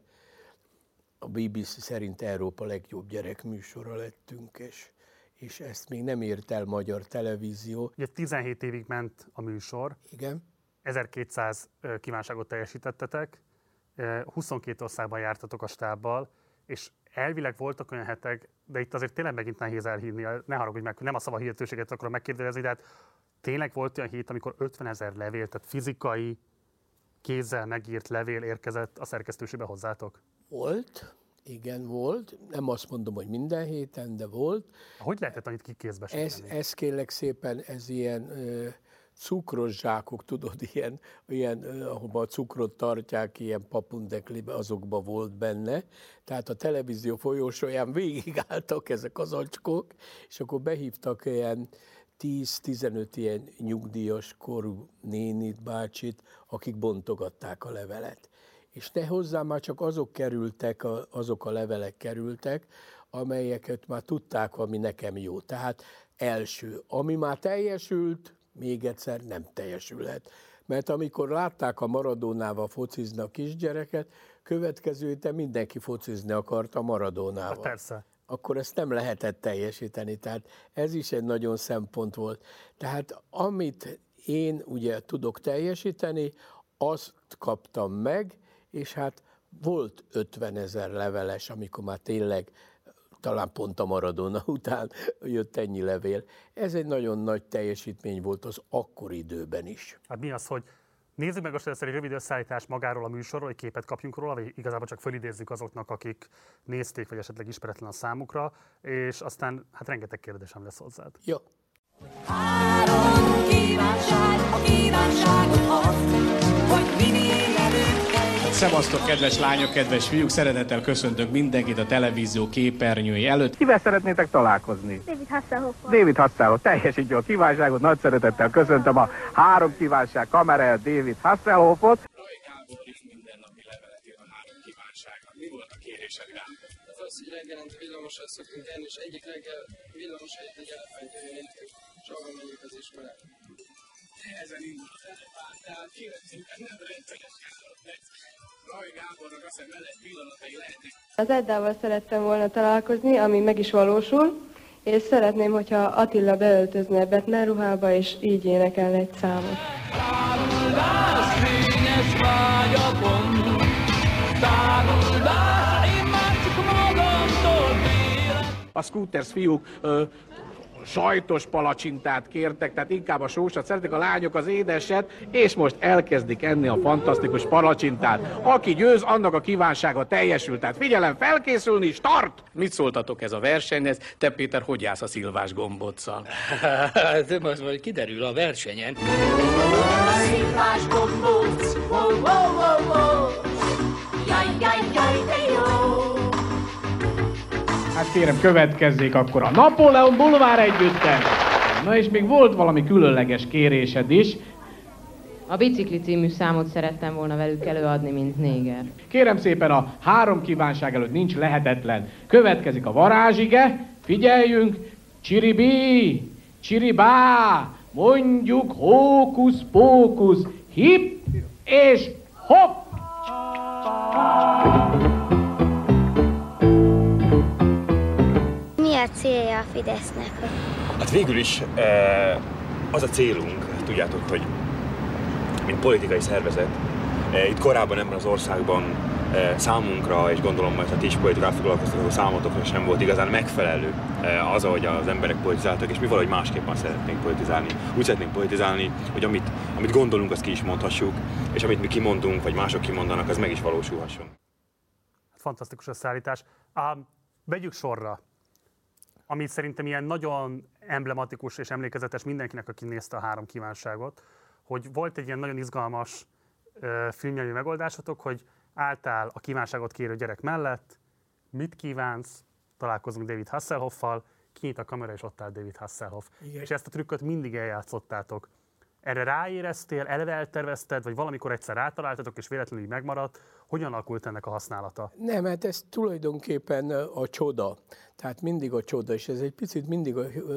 a BBC szerint Európa legjobb gyerekműsora lettünk, és ezt még nem ért el magyar televízió. Ugye 17 évig ment a műsor. Igen. 1200 kívánságot teljesítettetek, 22 országban jártatok a stábbal, és elvileg voltak olyan hetek, de itt azért tényleg megint nehéz elhívni, ne haragudj meg, nem a szavahihetőséget akarom megkérdezni, de hát tényleg volt olyan hét, amikor 50 000 levél, tehát fizikai, kézzel megírt levél érkezett a szerkesztőségbe hozzátok? Volt, igen, volt. Nem azt mondom, hogy minden héten, de volt. Hogy lehetett annyit kikézbe segíteni? Ez kérlek szépen, ez ilyen cukros zsákok, tudod, ilyen ahol a cukrot tartják, ilyen papundeklibe, azokban volt benne. Tehát a televízió folyósóján végigálltak ezek az acskók, és akkor behívtak ilyen 10-15 ilyen nyugdíjas korú nénit, bácsit, akik bontogatták a levelet. És ne hozzá már csak azok kerültek, azok a levelek kerültek, amelyeket már tudták, ami nekem jó. Tehát első, ami már teljesült, még egyszer nem teljesülhet. Mert amikor látták a Maradónával focizni a kisgyereket, következő héten mindenki focizni akarta Maradónával. Hát persze. Akkor ezt nem lehetett teljesíteni. Tehát ez is egy nagyon szempont volt. Tehát amit én ugye tudok teljesíteni, azt kaptam meg, és hát volt 50 000 leveles, amikor már tényleg talán pont a Maradona után jött ennyi levél. Ez egy nagyon nagy teljesítmény volt az akkori időben is. Hát mi az, hogy nézzük meg most először egy rövid összeállítás magáról a műsorról, egy képet kapjunk róla, vagy igazából csak fölidézzük azoknak, akik nézték, vagy esetleg ismeretlen a számukra, és aztán hát rengeteg kérdésem lesz hozzád. Jó. 3 kívánság, a kívánságot azt, hogy minél előbb teljesítsd Szevasztok, kedves lányok, kedves fiúk! Szeretettel köszöntök mindenkit a televízió képernyői előtt. Kivel szeretnétek találkozni? David Hasselhoff. David Hasselhoff, teljesítjük a kívánságot, nagy szeretettel köszöntöm a 3 kívánság kamerája David Hasselhoffot. Roy Gábor is mindennapi levelet ír a 3 kívánságra. Mi volt a kérésed rá? Az, hogy reggelente villamosra szoktunk elni, és egyik reggel villamos helyett egy elefántja jön értük, és abban megyünk az iskolába. Ezen indul az elefánt, tehát kérem szépen nem rendszeres Gábor. Roy Gábornak azt hiszem mellett pillanatai lehetnek. Az Eddával szerettem volna találkozni, ami meg is valósul, és szeretném, hogyha Attila beöltözne Batman ruhába, és így énekelne egy számot. A Scooters fiúk sajtos palacsintát kértek, tehát inkább a sósat szeretik, a lányok az édeset, és most elkezdik enni a fantasztikus palacsintát. Aki győz, annak a kívánsága teljesül. Tehát figyelem, felkészülni, start! Mit szóltatok ez a versenyhez? Te, Péter, hogy jársz a szilvás gombóccal? Hát, most majd kiderül a versenyen. Szilvás gombóc, jaj, jaj, jaj, de jó. Hát kérem, következzék akkor a Napóleon Bulvár együttes. Na és még volt valami különleges kérésed is. A Bicikli című számot szerettem volna velük előadni, mint néger. Kérem szépen, a 3 kívánság előtt nincs lehetetlen. Következik a varázsige, figyeljünk, csiribí, csiribá, mondjuk hókusz-pókusz, hip és hopp! Mi a célja a Fidesznek? Hát végül is az a célunk, tudjátok, hogy mint politikai szervezet, itt korábban ebben az országban számunkra, és gondolom majd, ha ti is politikát foglalkoztatok, számotokra sem volt igazán megfelelő az, ahogy az emberek politizáltak, és mi valahogy másképpen szeretnénk politizálni. Úgy szeretnénk politizálni, hogy amit gondolunk, azt ki is mondhassuk, és amit mi kimondunk, vagy mások kimondanak, az meg is valósulhasson. Fantasztikus összeállítás. Vegyük sorra, ami szerintem ilyen nagyon emblematikus és emlékezetes mindenkinek, aki nézte a 3 kívánságot, hogy volt egy ilyen nagyon izgalmas filmnyelvű megoldásotok, hogy álltál a kívánságot kérő gyerek mellett, mit kívánsz, találkozunk David Hasselhoffal, kinyit a kamera, és ott áll David Hasselhoff. Igen. És ezt a trükköt mindig eljátszottátok. Erre ráéreztél, eleve eltervezted, vagy valamikor egyszer rátaláltatok, és véletlenül így megmaradt. Hogyan alakult ennek a használata? Nem, hát ez tulajdonképpen a csoda. Tehát mindig a csoda, és ez egy picit mindig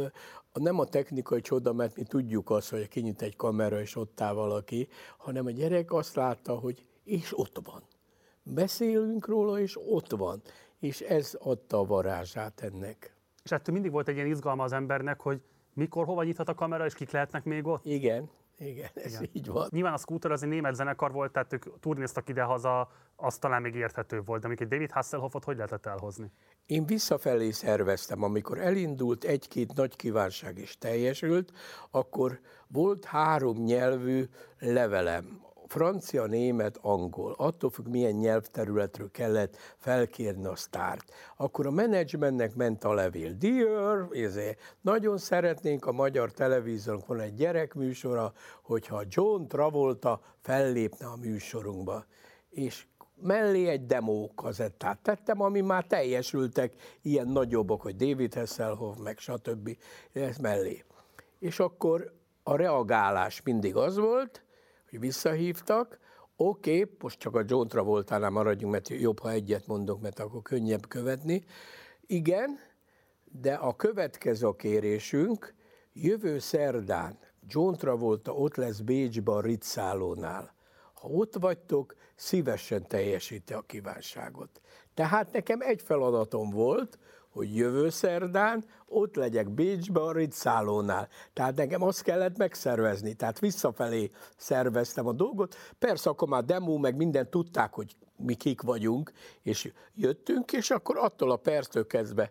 nem a technikai csoda, mert mi tudjuk azt, hogy kinyit egy kamera, és ott áll valaki, hanem a gyerek azt látta, hogy és ott van. Beszélünk róla, és ott van. És ez adta a varázsát ennek. És ettől mindig volt egy ilyen izgalma az embernek, hogy mikor, hova nyithat a kamera, és kik lehetnek még ott? Igen, ez így van. Nyilván a Scooter az egy német zenekar volt, tehát ők turnéztak ide-haza, az talán még érthető volt, de amikor David Hasselhoffot hogy lehetett elhozni? Én visszafelé szerveztem, amikor elindult 1-2 nagy kívánság is teljesült, akkor volt 3 nyelvű levelem. Francia, német, angol. Attól függ, milyen nyelvterületről kellett felkérni a sztárt. Akkor a menedzsmentnek ment a levél. Dear, nagyon szeretnénk a magyar televíziónak, van egy gyerekműsora, hogyha John Travolta fellépne a műsorunkba. És mellé egy demo kazettát tettem, ami már teljesültek, ilyen nagyobbak, hogy David Hasselhoff, meg stb. Ez mellé. És akkor a reagálás mindig az volt, hogy visszahívtak, oké, most csak a John Travoltánál maradjunk, mert jobb, ha egyet mondok, mert akkor könnyebb követni. Igen, de a következő a kérésünk, jövő szerdán John Travolta ott lesz Bécsben a Ritz szállónál. Ha ott vagytok, szívesen teljesíti a kívánságot. Tehát nekem egy feladatom volt, hogy jövő szerdán ott legyek Bécsben a Ritz szállónál. Tehát nekem azt kellett megszervezni, tehát visszafelé szerveztem a dolgot. Persze akkor már demo, meg minden tudták, hogy mi kik vagyunk, és jöttünk, és akkor attól a perctől kezdve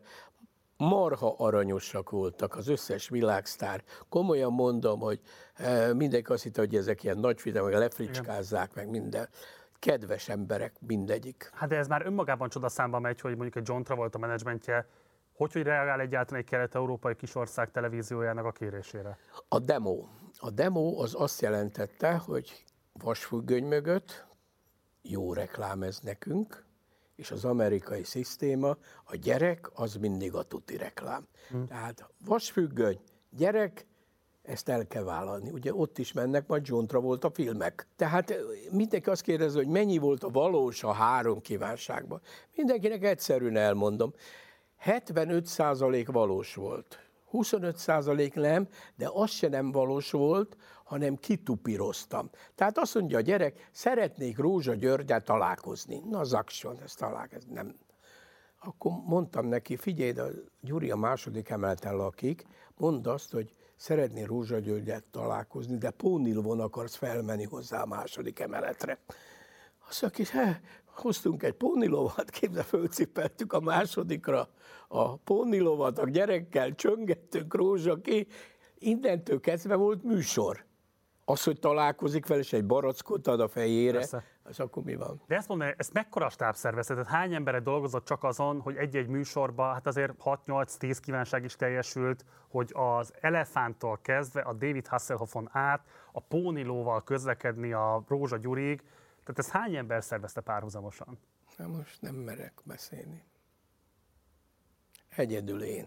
marha aranyosak voltak az összes világsztár. Komolyan mondom, hogy mindenki azt hitte, hogy ezek ilyen nagy figyelmek, meg lefricskázzák, meg minden. Kedves emberek mindegyik. Hát de ez már önmagában csodaszámba megy, hogy mondjuk egy John Travolta menedzsmentje hogy reagál egyáltalán egy kelet-európai kisország televíziójának a kérésére? A demo az azt jelentette, hogy vasfüggöny mögött jó reklám ez nekünk, és az amerikai szisztéma, a gyerek az mindig a tuti reklám. Tehát vasfüggöny, gyerek, ezt el kell vállalni. Ugye ott is mennek majd John Travolta filmek. Tehát mindenki azt kérdezi, hogy mennyi volt a valós a 3 kívánságban. Mindenkinek egyszerűen elmondom. 75% valós volt. 25% nem, de az se nem valós volt, hanem kitupíroztam. Tehát azt mondja a gyerek, szeretnék Rózsa Györggyel találkozni. Na, zakson, ez találkozni, nem. Akkor mondtam neki, figyelj, a Gyuri a 2. emeleten lakik, mondd azt, hogy szeretnél Rózsa Györggyel találkozni, de Pónilvon akarsz felmenni hozzá a 2. emeletre. Azt mondja, hoztunk egy pónilovat, képzel, fölcipeltük a 2. a pónilovat, a gyerekkel csöngettünk, Rózsa ki. Innentől kezdve volt műsor. Az, hogy találkozik vele, és egy barackot ad a fejére, persze. Az akkor mi van? De ezt mondom, ezt mekkora stábszervezet? Tehát hány emberek dolgozott csak azon, hogy egy-egy műsorban, hát azért 6-8-10 kívánság is teljesült, hogy az elefánttól kezdve a David Hasselhoffon át a pónilóval közlekedni a Rózsa Gyurig. Tehát ezt hány ember szervezte párhuzamosan? Na most nem merek beszélni. Egyedül én.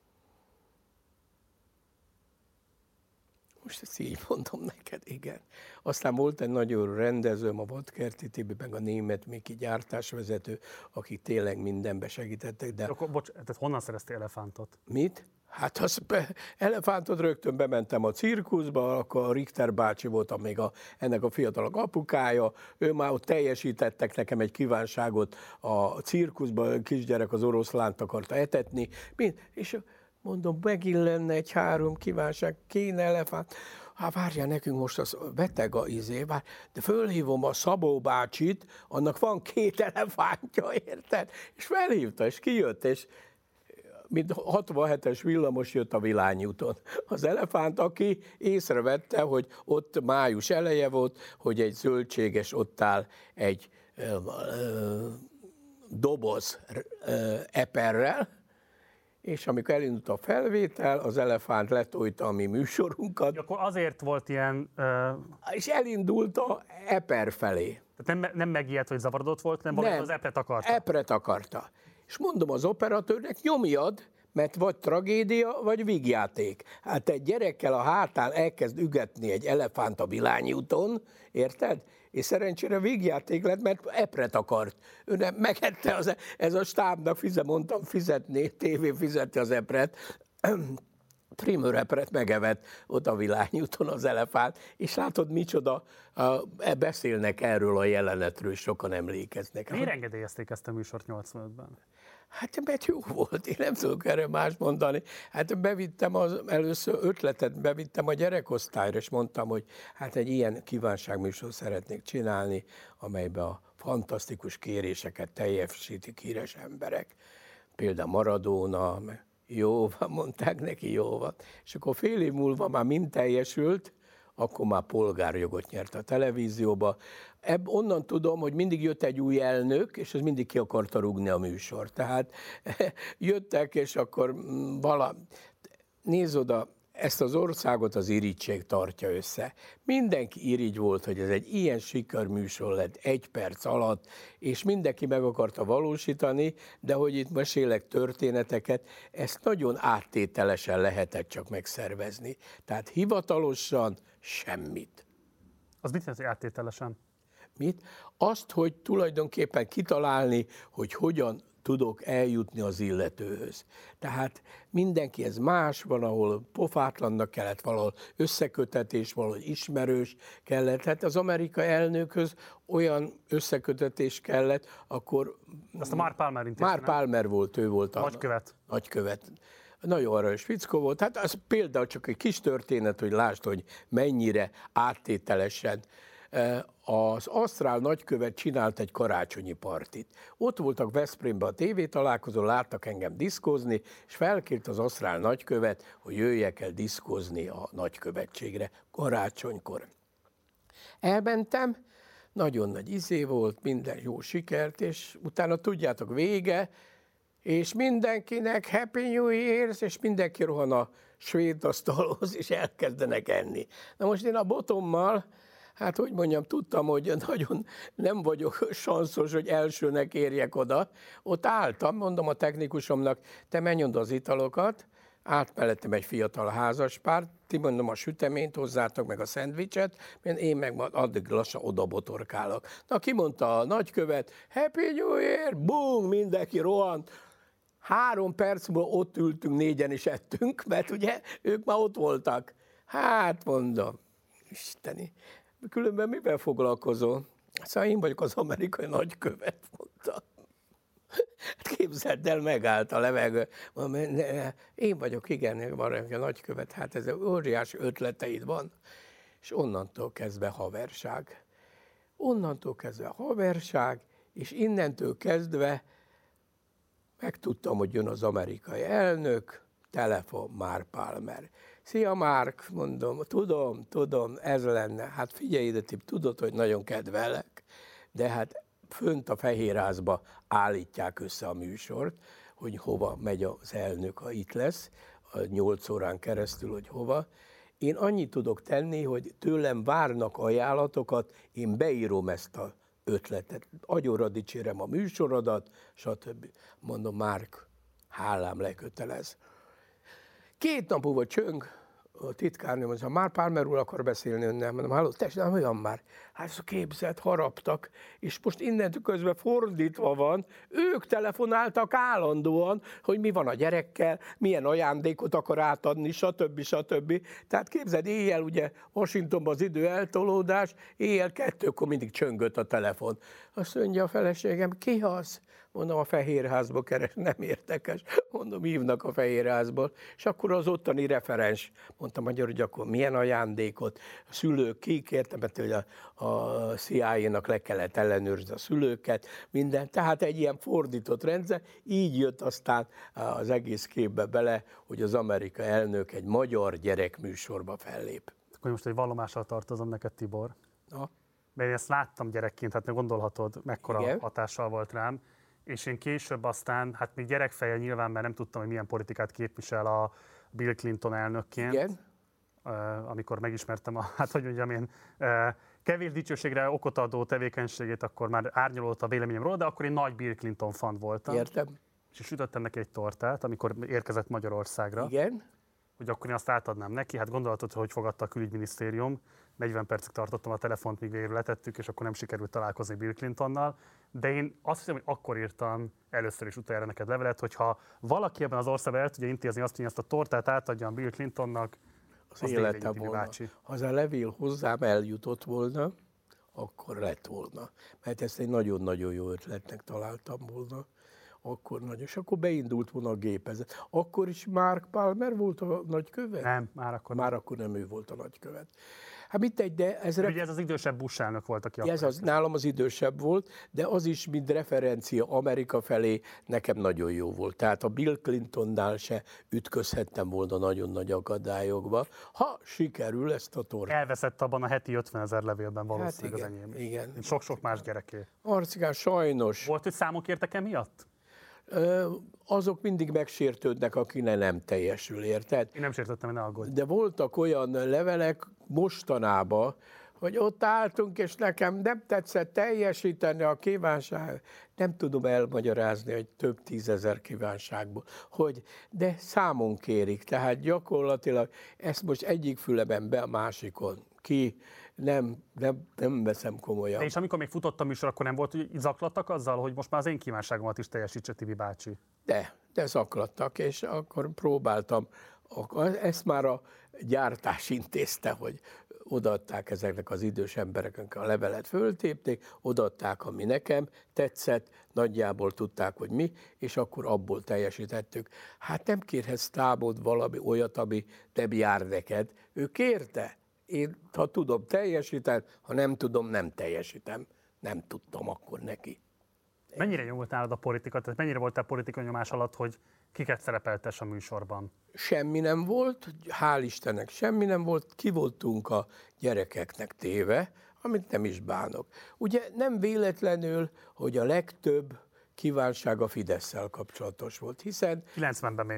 Most ezt így mondom neked, igen. Aztán volt egy nagyon rendezőm, a Vadkerti Tibi, meg a német Miki gyártásvezető, akik tényleg mindenbe segítettek, de... Akkor, bocs, tehát honnan szereztél elefántot? Mit? Hát elefántot rögtön bementem a cirkuszba, akkor a Richter bácsi volt még ennek a fiatalok apukája, ő már ott teljesítettek nekem egy kívánságot a cirkuszba, a kisgyerek az oroszlánt akarta etetni, és mondom, megint lenne egy 3 kívánság, kéne elefánt. Hát várjál, nekünk most az beteg a de fölhívom a Szabó bácsit, annak van 2 elefántja, érted? És felhívta, és kijött, és mint 67-es villamos jött a Vilányi úton. Az elefánt, aki észrevette, hogy ott május eleje volt, hogy egy zöldséges ott áll egy doboz eperrel, és amikor elindult a felvétel, az elefánt letolta a mi műsorunkat. Akkor azért volt ilyen... És elindult a eper felé. Tehát nem megijedt, hogy zavarodott volt, hanem valami az epret akarta. Epret akarta. És mondom az operatőrnek, nyomjad, mert vagy tragédia, vagy vígjáték. Hát egy gyerekkel a hátán elkezd ügetni egy elefánt a Vilányi úton, érted? És szerencsére vígjáték lett, mert epret akart. Ő nem megette, ez a stábnak mondtam fizetni, tévé fizeti az epret. Primőr epret megevett ott a Vilányi úton az elefánt, és látod, micsoda, beszélnek erről a jelenetről, és sokan emlékeznek. Miért engedélyezték ezt a műsort 85-ben? Hát mert jó volt, én nem tudok erre más mondani. Hát bevittem először ötletet, bevittem a gyerekosztályra, és mondtam, hogy hát egy ilyen kívánságműsor szeretnék csinálni, amelyben a fantasztikus kéréseket teljesítik híres emberek. Például Maradona, jó van, mondták neki, jó van. És akkor fél év múlva már mind teljesült, akkor már polgárjogot nyert a televízióba. Onnan tudom, hogy mindig jött egy új elnök, és ez mindig ki akarta rúgni a műsort. Tehát jöttek, és akkor nézz oda, ezt az országot az irigység tartja össze. Mindenki irigy volt, hogy ez egy ilyen sikerműsor lett 1 perc alatt, és mindenki meg akarta valósítani, de hogy itt mesélek történeteket, ezt nagyon áttételesen lehetett csak megszervezni. Tehát hivatalosan semmit. Az mit jelent, hogy áttételesen? Mit? Azt, hogy tulajdonképpen kitalálni, hogy hogyan tudok eljutni az illetőhöz. Tehát mindenki ez más, van, ahol pofátlannak kellett, valahol összekötetés, valahol ismerős kellett. Hát az amerikai elnökhöz olyan összekötetés kellett, akkor... Azt a Mark Palmer intézte, Mark Palmer volt, ő volt a nagykövet. Nagyon aranyos fickó volt. Hát az például csak egy kis történet, hogy lásd, hogy mennyire áttételesen. Az asztrál nagykövet csinált egy karácsonyi partit. Ott voltak Veszprémben a tévétalálkozón, láttak engem diszkózni, és felkért az asztrál nagykövet, hogy jöjjek el diszkózni a nagykövetségre karácsonykor. Elmentem, nagyon nagy volt, minden jó sikert, és utána tudjátok, vége, és mindenkinek Happy New Year's, és mindenki rohan a svéd asztalhoz, és elkezdenek enni. Na most én a botommal, Hát, hogy mondjam, tudtam, hogy nagyon nem vagyok sanszos, hogy elsőnek érjek oda. Ott álltam, mondom a technikusomnak, te menj oda az italokat, átmellettem egy fiatal házaspár, ti mondom a süteményt, hozzátok meg a szendvicset, én meg addig lassan oda botorkálok. Na, kimondta a nagykövet, Happy New Year, boom, mindenki rohant. 3 perc múlva ott ültünk, 4-en is ettünk, mert ugye ők már ott voltak. Hát mondom, isteni, különben mivel foglalkozol? Szóval én vagyok az amerikai nagykövet, mondta. Hát képzeld el, megállt a levegő. Én vagyok, igen, van a nagykövet, hát ez óriási ötleteid van. És onnantól kezdve haverság. Onnantól kezdve haverság, és innentől kezdve megtudtam, hogy jön az amerikai elnök, telefon, Mark Palmer. Szia, Mark, mondom, tudom, ez lenne. Hát figyelj ide, tudod, hogy nagyon kedvelek, de hát fönt a Fehérházba állítják össze a műsort, hogy hova megy az elnök, ha itt lesz, a 8 órán keresztül, hogy hova. Én annyit tudok tenni, hogy tőlem várnak ajánlatokat, én beírom ezt a ötletet. Agyonra dicsérem a műsorodat, stb. Mondom, Mark, hálám lekötelez. 2 nap múlva csöng, a titkárnő mondja, Mark Palmer úr akar beszélni önnel. Mondom, halló, tessék, nem olyan már. Hát képzett, haraptak, és most innentől közben fordítva van, ők telefonáltak állandóan, hogy mi van a gyerekkel, milyen ajándékot akar átadni, stb. Tehát képzeld, éjjel ugye Washingtonban az idő eltolódás, éjjel 2-kor mindig csöngött a telefon. Azt mondja a feleségem, ki az? Mondom, a Fehérházba keres, nem érdekes. Mondom, hívnak a Fehérházból. És akkor az ottani referens, mondta magyarul, hogy akkor milyen ajándékot, a szülők kikértem, mert hogy a CIA-nak le kellett ellenőrizni a szülőket, minden. Tehát egy ilyen fordított rendszer, így jött aztán az egész képbe bele, hogy az amerikai elnök egy magyar gyerekműsorba fellép. Akkor most egy vallomással tartozom neked, Tibor. Na? Mert én ezt láttam gyerekként, hát meg gondolhatod, mekkora Igen. hatással volt rám. És én később aztán, hát még gyerekfejjel nyilván, mert nem tudtam, hogy milyen politikát képvisel a Bill Clinton elnökként. Igen. Amikor megismertem hát hogy mondjam én, kevés dicsőségre okot adó tevékenységét, akkor már árnyalott a véleményem róla, de akkor én nagy Bill Clinton fan voltam. Értem. És sütöttem neki egy tortát, amikor érkezett Magyarországra. Igen. Hogy akkor én azt átadnám neki. Hát gondolhatod, hogy fogadta a külügyminisztérium. 40 percig tartottam a telefont, míg végül letettük, és akkor nem sikerült találkozni Bill Clintonnal. De én azt hiszem, hogy akkor írtam először is utoljára neked levelet, hogyha valaki ebben az országban el tudja intézni azt, hogy ezt a tortát átadjam Bill Clintonnak, az élete volna. Bácsi. Ha az a levél hozzám eljutott volna, akkor lett volna. Mert ezt egy nagyon-nagyon jó ötletnek találtam volna. Akkor nagy, és akkor beindult volna a gépezet. Akkor is Mark Palmer volt a nagykövet? Nem, már akkor nem. Már akkor nem ő volt a nagykövet. Hát mit egy, de ez... Ugye ez az idősebb Bush elnök volt, aki ez az, nálam az idősebb volt, de az is, mint referencia Amerika felé, nekem nagyon jó volt. Tehát a Bill Clintonnál se ütközhettem volna nagyon nagy akadályokba, ha sikerül ezt a tortát. Elveszett abban a heti 50 000 levélben valószínűleg hát az enyém. Igen. Sok-sok más gyereké. Marcikán, sajnos. Volt, hogy számok értek emiatt? Azok mindig megsértődnek, akinek nem teljesül, érted? Én nem sértettem, ne aggódj. De voltak olyan levelek mostanában, hogy ott álltunk, és nekem nem tetszett teljesíteni a kívánság. Nem tudom elmagyarázni, hogy több 10 000 kívánságból, de számon kérik. Tehát gyakorlatilag ezt most egyik fülemben be, a másikon ki, nem veszem komolyan. És amikor még futott a műsor, akkor nem volt, hogy zaklattak azzal, hogy most már az én kívánságomat is teljesítse, Tibi bácsi? De zaklattak, és akkor próbáltam. Ezt már a gyártás intézte, hogy odaadták ezeknek az idős embereknek a levelet, föltépték, odaadták, ami nekem tetszett, nagyjából tudták, hogy mi, és akkor abból teljesítettük. Hát nem kérhetsz tábod valami olyat, ami nem jár neked. Ő kérte. Én, ha tudom, teljesítem, ha nem tudom, nem teljesítem. Nem tudtam akkor neki. Mennyire nyomult nálad a politika? Tehát mennyire voltál politikai nyomás alatt, hogy kiket szerepeltess a műsorban? Semmi nem volt, hál' Istennek semmi nem volt, ki voltunk a gyerekeknek téve, amit nem is bánok. Ugye nem véletlenül, hogy a legtöbb kívánság a Fidesszel kapcsolatos volt, hiszen... 90-ben még.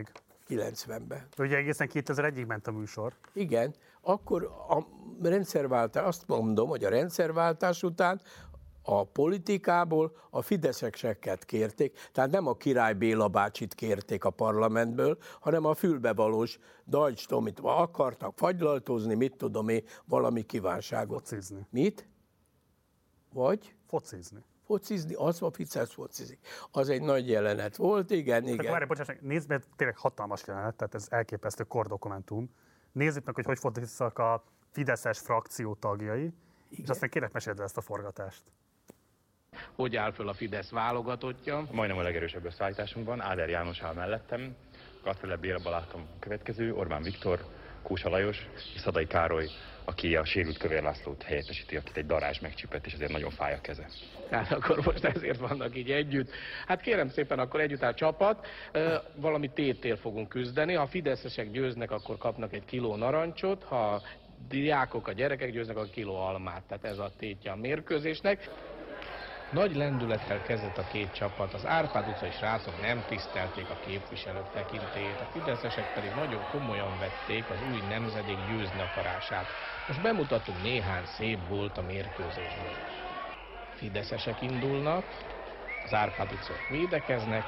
90-ben. Ugye egészen 2001-ig ment a műsor. Igen, akkor a rendszerváltás, azt mondom, hogy a rendszerváltás után a politikából a fideszeseket kérték, tehát nem a Király Béla bácsit kérték a parlamentből, hanem a fülbevalós Deutsch Tomit akartak fagylaltozni, mit tudom én, valami kívánságot. Focizni. Mit? Vagy? Focizni. Focizni, az a Fidesz focizik. Az egy nagy jelenet volt, igen, igen. Várj, bocsáss, nézd meg, tényleg hatalmas jelenet, tehát ez elképesztő kordokumentum. Nézzük meg, hogy fociztak a fideszes frakció tagjai, igen. És aztán kérlek, meséld el ezt a forgatást. Hogy áll föl a Fidesz válogatottja? Majdnem a legerősebb összeállításunkban, Áder János áll mellettem, Gattfele Bélában látom a következő, Orbán Viktor, Kósa Lajos és Szadai Károly, aki a sérült Kövér Lászlót helyettesíti, akit egy darázs megcsipett, és ezért nagyon fáj a keze. Hát akkor most ezért vannak így együtt. Hát kérem szépen, akkor együtt áll csapat, valami téttél fogunk küzdeni. Ha a fideszesek győznek, akkor kapnak 1 kiló narancsot, ha a diákok, a gyerekek győznek, a kiló almát. Tehát ez a tétje a mérkőzésnek. Nagy lendülettel kezdett a két csapat, az Árpád utcai srácok nem tisztelték a képviselők tekintélyét, a fideszesek pedig nagyon komolyan vették az új nemzedék győzni akarását. Most bemutattunk néhány szép gólt a mérkőzésből. Fideszesek indulnak, az Árpád utcaiak védekeznek,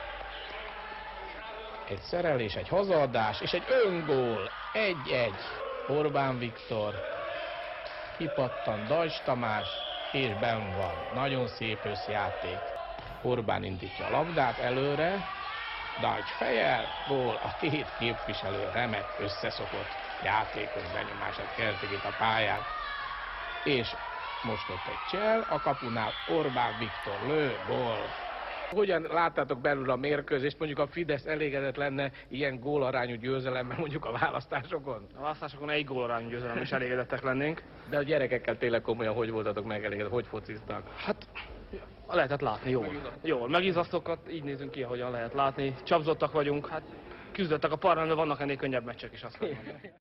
egy szerelés, egy hazaadás és egy öngól, 1-1. Orbán Viktor, kipattan Deutsch Tamás, és benn van. Nagyon szép összjáték. Orbán indítja a labdát előre, Deutsch fejjel, gól, a két képviselő remek összeszokott játékos benyomását keltik itt a pályán. És most ott egy csel, a kapunál Orbán Viktor lő, gól. Hogyan láttátok belül a mérkőzést? Mondjuk a Fidesz elégedett lenne ilyen gólarányú győzelemmel mondjuk a választásokon? A választásokon 1 gólarányú győzelem is elégedettek lennénk. De a gyerekekkel tényleg komolyan hogy voltatok megelégedett? Hogy fociztak? Hát lehetett látni, jól. Megizasztókat így nézünk ki, ahogyan lehet látni. Csapzottak vagyunk, hát küzdöttek a parlamentben, vannak ennél könnyebb meccsek is, azt kell mondani.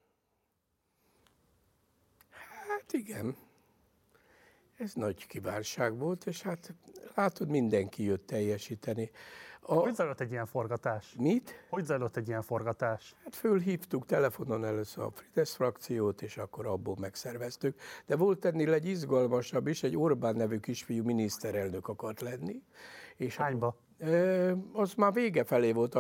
Hát igen. Ez nagy kívánság volt, és hát látod, mindenki jött teljesíteni. Hogy zajlott egy ilyen forgatás? Mit? Hogy zajlott egy ilyen forgatás? Hát fölhívtuk telefonon először a Fidesz frakciót, és akkor abból megszerveztük. De volt ennél egy izgalmasabb is, egy Orbán nevű kisfiú miniszterelnök akart lenni. És hányba? Az már vége felé volt,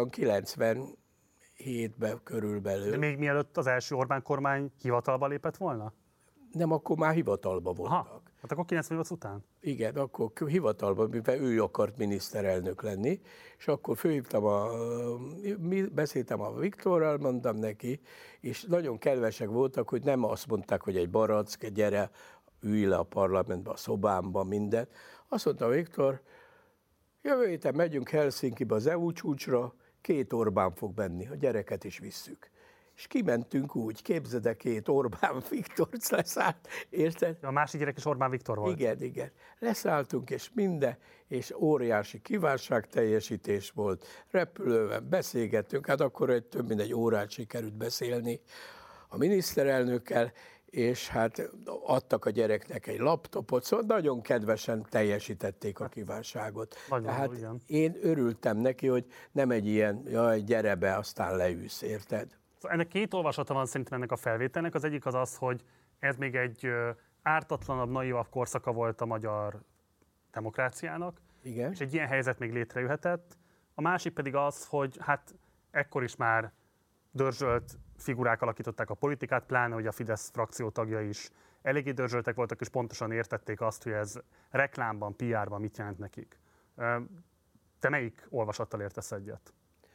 97-ben körülbelül. De még mielőtt az első Orbán kormány hivatalba lépett volna? Nem, akkor már hivatalba voltak. Aha, hát akkor 98 után? Igen, akkor hivatalban, mivel ő akart miniszterelnök lenni, és akkor fölhívtam, beszéltem a Viktorral, mondtam neki, és nagyon kedvesek voltak, hogy nem azt mondták, hogy egy barack, gyere, ülj le a parlamentbe, a szobámba, minden. Azt mondta Viktor, jövő héten megyünk Helsinkibe az EU csúcsra, 2 Orbán fog menni, a gyereket is visszük. És kimentünk úgy, képzeld el, 2 Orbán Viktorc leszállt, érted? A másik gyerek is Orbán Viktor volt. Igen, igen. Leszálltunk, és minden, és óriási kívánságteljesítés volt. Repülőben beszélgettünk, hát akkor több mint 1 órát sikerült beszélni a miniszterelnökkel, és hát adtak a gyereknek egy laptopot, szóval nagyon kedvesen teljesítették a kívánságot. Tehát én örültem neki, hogy nem egy ilyen, jaj, gyere be, aztán leülsz, érted? Ennek 2 olvasata van szerintem ennek a felvételnek. Az egyik az, hogy ez még egy ártatlanabb, naivabb korszaka volt a magyar demokráciának, igen. És egy ilyen helyzet még létrejöhetett. A másik pedig az, hogy hát ekkor is már dörzsölt figurák alakították a politikát, pláne hogy a Fidesz frakció tagjai is eléggé dörzsöltek voltak, és pontosan értették azt, hogy ez reklámban, PR-ban mit jelent nekik. Te melyik olvasattal értesz egyet?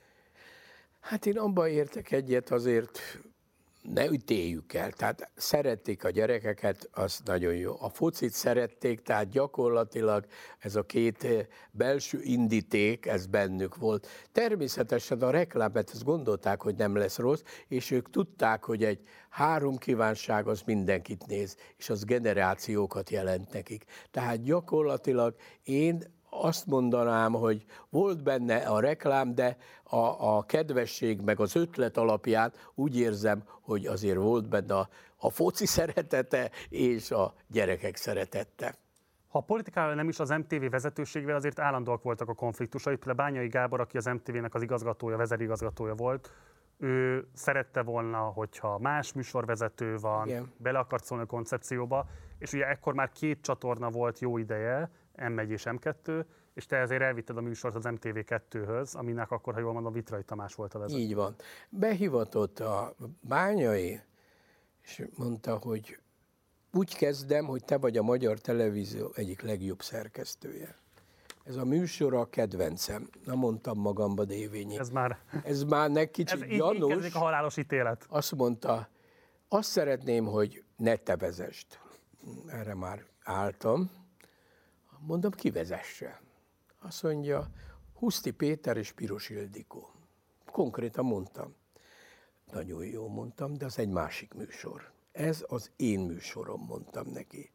Hát én abban értek egyet, azért ne ütéljük el. Tehát szerették a gyerekeket, az nagyon jó. A focit szerették, tehát gyakorlatilag ez a 2 belső indíték, ez bennük volt. Természetesen a reklámet ezt gondolták, hogy nem lesz rossz, és ők tudták, hogy egy 3 kívánság az mindenkit néz, és az generációkat jelent nekik. Tehát gyakorlatilag én azt mondanám, hogy volt benne a reklám, de a kedvesség meg az ötlet alapján úgy érzem, hogy azért volt benne a foci szeretete és a gyerekek szeretete. Ha a politikával nem is az MTV vezetőségével, azért állandóak voltak a konfliktusai. Például Bányai Gábor, aki az MTV-nek az igazgatója, vezérigazgatója volt, ő szerette volna, hogyha más műsorvezető van, igen, bele akart szólni a koncepcióba, és ugye ekkor már 2 csatorna volt jó ideje, M1 és M2, és te ezért elvitted a műsort az MTV2-höz, aminek akkor, ha jól mondom, Vitrai Tamás volt a vezető. így van. Behivatott a Bányai, és mondta, hogy úgy kezdem, hogy te vagy a Magyar Televízió egyik legjobb szerkesztője. Ez a műsor a kedvencem. Na, mondtam magamba, Dévényi. Ez már egy kicsit gyanús. Így kezdik a halálos ítélet. Azt mondta, azt szeretném, hogy ne te vezest. Erre már álltam. Mondom, ki vezesse? Azt mondja, Huszti Péter és Piros Ildikó. Konkrétan mondtam. Nagyon jól mondtam, de az egy másik műsor. Ez az én műsorom, mondtam neki.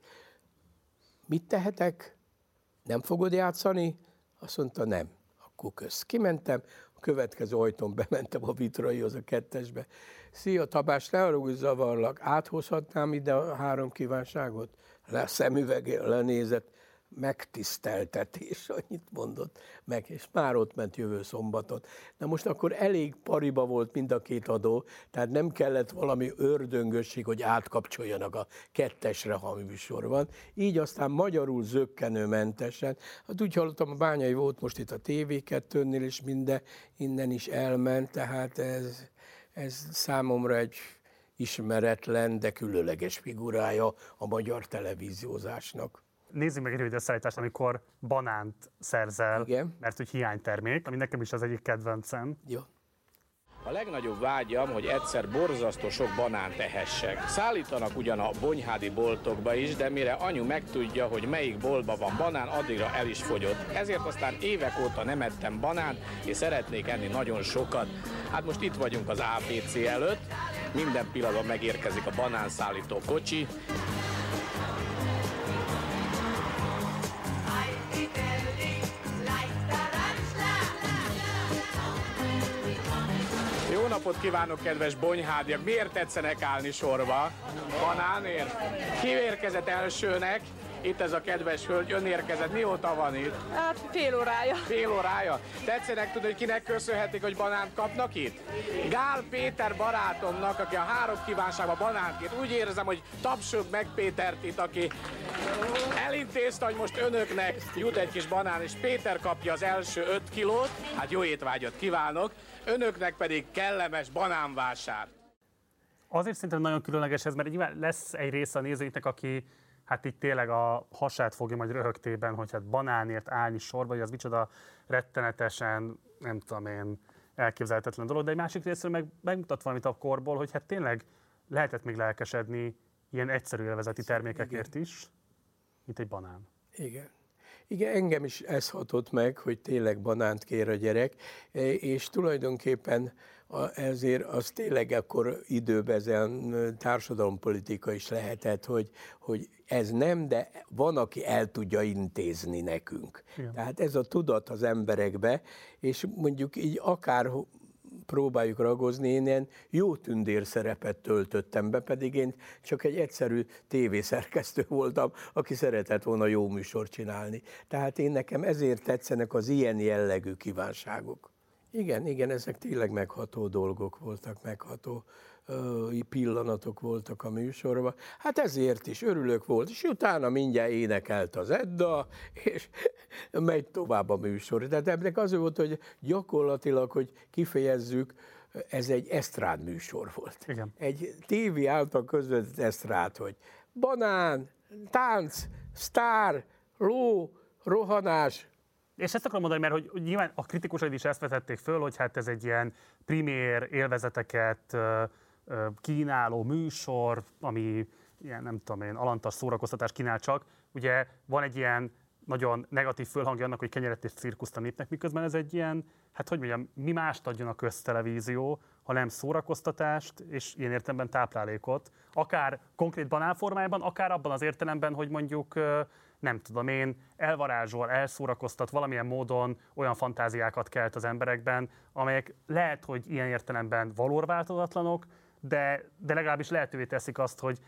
Mit tehetek? Nem fogod játszani? Azt mondta, nem. Akkor kösz. Kimentem, a következő ajtón bementem a Vitraihoz, a 2-esbe. Szia, Tabás, ne arra, hogy zavarlak. Áthozhatnám ide a 3 kívánságot? Le szemüvegél, lenézett, megtiszteltetés, annyit mondott meg, és már ott ment jövő szombaton. Na most akkor elég pariba volt mind a 2 adó, tehát nem kellett valami ördöngösség, hogy átkapcsoljanak a 2-esre, ha műsor van. Így aztán magyarul zökkenőmentesen. Hát úgy hallottam, a Bányai volt most itt a TV2-nél, és innen is elment, tehát ez számomra egy ismeretlen, de különleges figurája a magyar televíziózásnak. Nézzük meg egy rövid összeállítást, amikor banánt szerzel, igen, mert hogy hiánytermék, ami nekem is az egyik kedvencem. Jó. A legnagyobb vágyam, hogy egyszer borzasztó sok banánt ehessek. Szállítanak ugyan a bonyhádi boltokba is, de mire anyu megtudja, hogy melyik boltban van banán, addigra el is fogyott. Ezért aztán évek óta nem ettem banánt, és szeretnék enni nagyon sokat. Hát most itt vagyunk az ABC előtt, minden pillanatban megérkezik a banánszállító kocsi. Jó napot kívánok, kedves bonyhádiak! Miért tetszenek állni sorba? Banánért? Ki érkezett elsőnek? Itt ez a kedves hölgy, ön érkezett. Mióta van itt? Hát fél órája. Fél órája? Tetszenek tudni, hogy kinek köszönhetik, hogy banánt kapnak itt? Gál Péter barátomnak, aki a 3 kívánságban banánt kért. Úgy érzem, hogy tapsoljuk meg Pétert itt, aki elintézte, hogy most önöknek jut egy kis banán, és Péter kapja az első 5 kilót. Hát jó étvágyat kívánok! Önöknek pedig kellemes banánvásár. Azért szerintem nagyon különleges ez, mert nyilván lesz egy része a nézőinknek, aki hát így tényleg a hasát fogja majd röhögtében, hogy hát banánért állni sorba, hogy az micsoda rettenetesen, nem tudom én, elképzelhetetlen dolog, de egy másik részről meg megmutat valamit a korból, hogy hát tényleg lehetett még lelkesedni ilyen egyszerű élvezeti termékekért is, mint egy banán. Igen. Igen, engem is ez hatott meg, hogy tényleg banánt kér a gyerek, és tulajdonképpen ezért az tényleg akkor időben társadalompolitika is lehetett, hogy ez nem, de van, aki el tudja intézni nekünk. Igen. Tehát ez a tudat az emberekbe, és mondjuk így akár próbáljuk ragozni, én ilyen jó tündér szerepet töltöttem be, pedig én csak egy egyszerű tévészerkesztő voltam, aki szeretett volna jó műsort csinálni. Tehát nekem ezért tetszenek az ilyen jellegű kívánságok. Igen, ezek tényleg megható dolgok voltak, megható pillanatok voltak a műsorban. Hát ezért is örülök volt, és utána mindjárt énekelt az Edda, és megy tovább a műsor. De ennek az volt, hogy gyakorlatilag, hogy kifejezzük, ez egy esztrád műsor volt. Igen. Egy tévé által közvetett esztrád, hogy banán, tánc, sztár, ló, rohanás. És ezt akarom mondani, mert hogy nyilván a kritikusai is ezt vetették föl, hogy hát ez egy ilyen primér élvezeteket kínáló műsor, ami ilyen, nem tudom én, alantas szórakoztatást kínál csak. Ugye van egy ilyen nagyon negatív fölhangja annak, hogy kenyeret és cirkuszt a népnek, miközben ez egy ilyen, hát hogy mondjam, mi mást adjon a köztelevízió, ha nem szórakoztatást és ilyen értelemben táplálékot, akár konkrét banánformájában, akár abban az értelemben, hogy mondjuk nem tudom én, elvarázsol, elszórakoztat, valamilyen módon olyan fantáziákat kelt az emberekben, amelyek lehet, hogy ilyen értelemben valórváltozatlanok, de legalábbis lehetővé teszik azt, hogy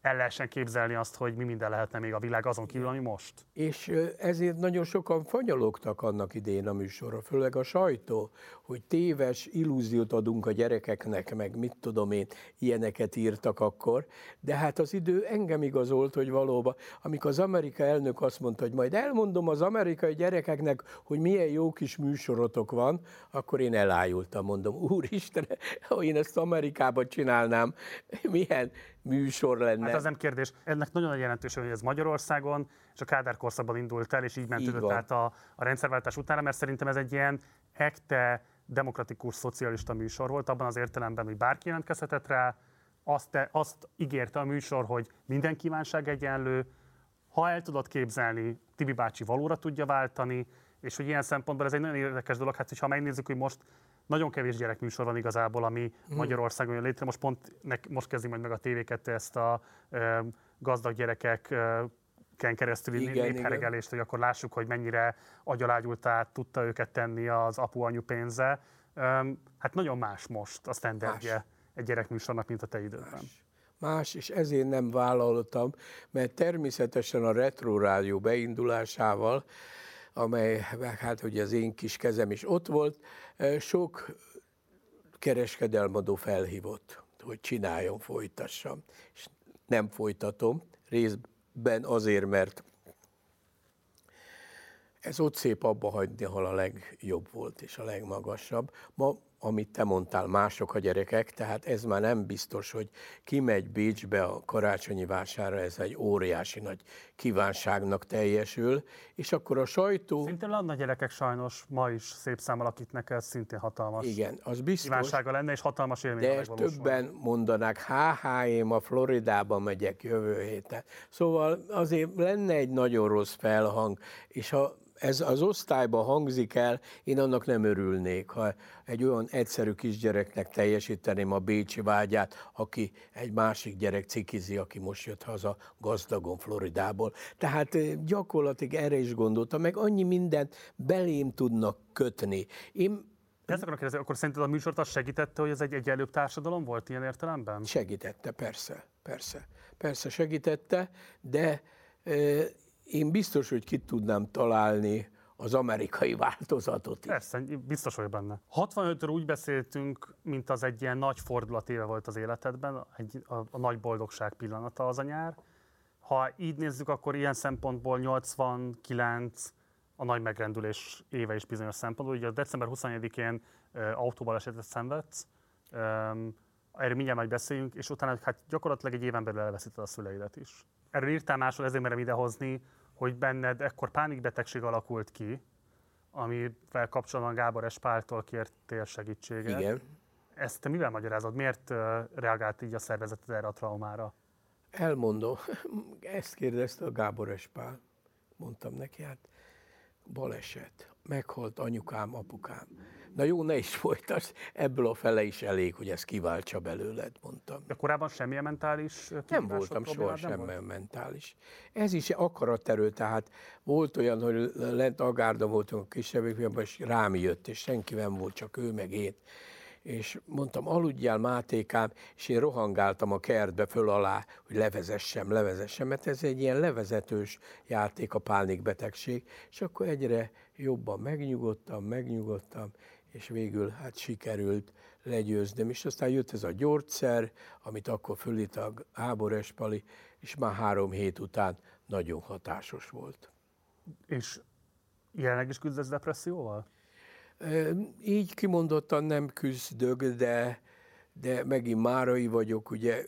el lehessen képzelni azt, hogy mi minden lehetne még a világ azon kívül, ami most. És ezért nagyon sokan fanyalogtak annak idején a műsorra, főleg a sajtó, hogy téves illúziót adunk a gyerekeknek, meg mit tudom én, ilyeneket írtak akkor, de hát az idő engem igazolt, hogy valóban, amikor az amerikai elnök azt mondta, hogy majd elmondom az amerikai gyerekeknek, hogy milyen jó kis műsorotok van, akkor én elájultam, mondom, úristen, ha én ezt Amerikában csinálnám, milyen műsor lenne. Hát az nem kérdés. Ennek nagyon nagy jelentősége, hogy ez Magyarországon és a Kádár korszakban indult el, és így ment át a rendszerváltás utána, mert szerintem ez egy ilyen ekte demokratikus, szocialista műsor volt, abban az értelemben, hogy bárki jelentkezhetett rá, azt ígérte a műsor, hogy minden kívánság egyenlő, ha el tudod képzelni, Tibi bácsi valóra tudja váltani, és hogy ilyen szempontból ez egy nagyon érdekes dolog, hát ha megnézzük, hogy most nagyon kevés gyerekműsor van igazából, ami Magyarországon jön létre. Most kezdi majd meg a TV2 ezt a gazdag gyerekeken keresztüli népheregelést, hogy akkor lássuk, hogy mennyire agyalágyultá tudta őket tenni az apu-anyu pénze. Hát nagyon más most a sztenderdje egy gyerekműsornak, mint a te idődben. Más, és ezért nem vállaltam, mert természetesen a Retro Rádió beindulásával, amely, hát ugye az én kis kezem is ott volt, sok kereskedelmadó felhívott, hogy csináljon, folytassam. És nem folytatom, részben azért, mert ez ott szép abba hagyni, ahol a legjobb volt és a legmagasabb. Ma, amit te mondtál, mások a gyerekek, tehát ez már nem biztos, hogy kimegy Bécsbe a karácsonyi vásárra, ez egy óriási nagy kívánságnak teljesül, és akkor a sajtó... Szintén a gyerekek sajnos ma is szép számmal, akiknek ez szintén hatalmas az biztos, kívánsága lenne, és hatalmas élmény. De ezt többen mondanák, én a Floridába megyek jövő héten. Szóval azért lenne egy nagyon rossz felhang, és ha ez az osztályban hangzik el, én annak nem örülnék, ha egy olyan egyszerű kisgyereknek teljesíteném a bécsi vágyát, aki egy másik gyerek cikizi, aki most jött haza gazdagon Floridából. Tehát gyakorlatilag erre is gondoltam, meg annyi mindent belém tudnak kötni. Ezt akarom kérdezni, akkor szerinted a műsort az segítette, hogy ez egy egyenlőbb társadalom volt ilyen értelemben? Segítette, persze segítette, de én biztos, hogy ki tudnám találni az amerikai változatot is. Persze, biztos vagy benne. 65-ről úgy beszéltünk, mint az egy ilyen nagy fordulatéve volt az életedben, a nagy boldogság pillanata az a nyár. Ha így nézzük, akkor ilyen szempontból 89 a nagy megrendülés éve is bizonyos szempontból. Ugye a december 24-én autóbalesetet szenvedsz, erről mindjárt majd beszéljünk, és utána hát gyakorlatilag egy éven belül elveszíted a szüleidet is. Erről írtál máshol, ezért merem idehozni, hogy benned ekkor pánikbetegség alakult ki, amivel kapcsolatban Gábor S. Páltól kértél segítséget. Igen. Ezt te mivel magyarázod? Miért reagált így a szervezeted erre a traumára? Elmondom. Ezt kérdezte a Gábor S. Pál. Mondtam neki, hát baleset. Meghalt anyukám, apukám. Na jó, ne is folytasd, ebből a fele is elég, hogy ezt kiváltsa belőled, mondtam. De korábban semmilyen mentális nem voltam soha semmilyen mentális. Ez is akaraterő, tehát volt olyan, hogy lent Agárdon voltunk a kisebbikben, és rám jött, és senki nem volt, csak ő meg én. És mondtam, aludjál Mátékám, és én rohangáltam a kertbe föl alá, hogy levezessem, mert ez egy ilyen levezetős játék, a pánikbetegség, és akkor egyre jobban megnyugodtam, és végül hát sikerült legyőznöm. És aztán jött ez a gyógyszer, amit akkor fölírt a Gábor S. Pali, és már 3 hét után nagyon hatásos volt. És jelenleg is küzdesz depresszióval? Így kimondottan nem küzdök, de megint márai vagyok, ugye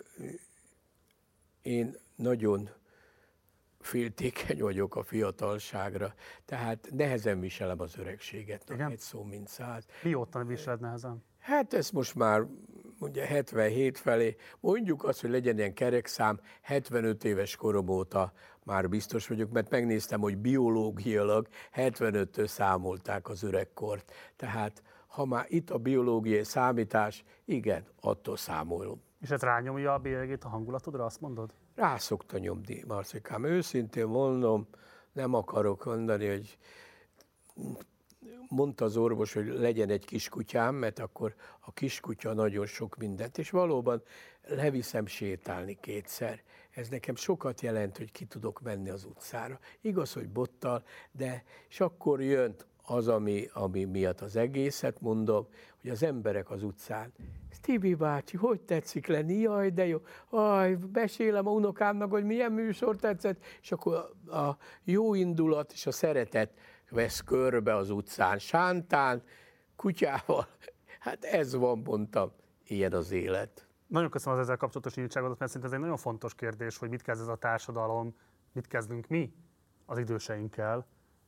én nagyon féltékeny vagyok a fiatalságra, tehát nehezen viselem az öregséget, egy szó mint 100. Mióta viseled nehezen? Hát ez most már ugye 77 felé, mondjuk azt, hogy legyen ilyen kerekszám, 75 éves korom óta már biztos vagyok, mert megnéztem, hogy biológiailag 75-től számolták az öregkort. Tehát ha már itt a biológiai számítás, igen, attól számolom. És ez rányomja a bélyegét a hangulatodra, azt mondod? Rá szokta nyomni, Marcikám. Őszintén mondom, nem akarok mondani, hogy mondta az orvos, hogy legyen egy kiskutyám, mert akkor a kiskutya nagyon sok mindent, és valóban leviszem sétálni 2-szer. Ez nekem sokat jelent, hogy ki tudok menni az utcára. Igaz, hogy bottal, de és akkor jön az, ami miatt az egészet mondom, hogy az emberek az utcán. Tibi bácsi, hogy tetszik lenni? Jaj, de jó. Mesélem a unokámnak, hogy milyen műsor tetszett, és akkor a jó indulat és a szeretet vesz körbe az utcán, sántán, kutyával. Hát ez van, mondtam, ilyen az élet. Nagyon köszönöm az ezzel kapcsolatos nyíltságodat, mert szerintem ez egy nagyon fontos kérdés, hogy mit kezd ez a társadalom, mit kezdünk mi az időseinkkel.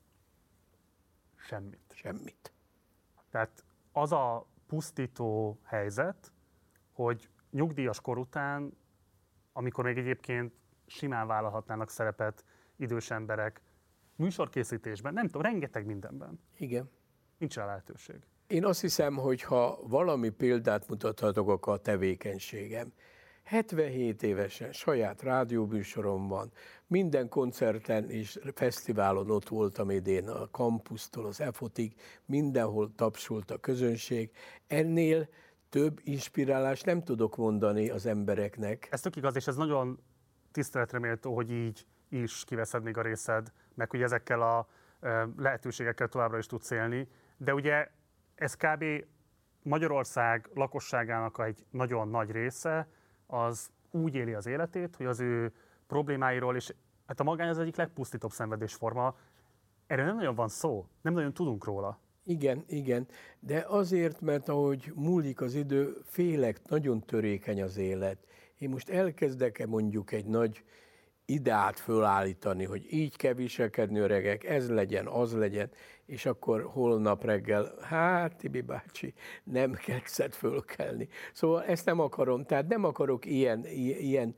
Semmit. Tehát az a pusztító helyzet, hogy nyugdíjas kor után, amikor még egyébként simán vállalhatnának szerepet idős emberek, műsorkészítésben, nem tudom, rengeteg mindenben. Igen. Nincs rá lehetőség. Én azt hiszem, hogy ha valami példát mutathatok, akkor a tevékenységem. 77 évesen saját rádióműsorom van, minden koncerten és fesztiválon ott voltam idén, a kampusztól az EFOT-ig, mindenhol tapsult a közönség. Ennél több inspirálást nem tudok mondani az embereknek. Ez tök igaz, és ez nagyon tiszteletre méltó, hogy így is kiveszed még a részed, meg hogy ezekkel a lehetőségekkel továbbra is tudsz élni. De ugye ez kb. Magyarország lakosságának egy nagyon nagy része, az úgy éli az életét, hogy az ő problémáiról, és hát a magány az egyik legpusztítóbb szenvedésforma, erről nem nagyon van szó, nem nagyon tudunk róla. Igen, de azért, mert ahogy múlik az idő, félek, nagyon törékeny az élet. Én most elkezdek-e mondjuk egy nagy ideát fölállítani, hogy így kell viselkedni öregek, ez legyen, az legyen, és akkor holnap reggel, hát Tibi bácsi, nem kedszed fölkelni. Szóval ezt nem akarom, tehát nem akarok ilyen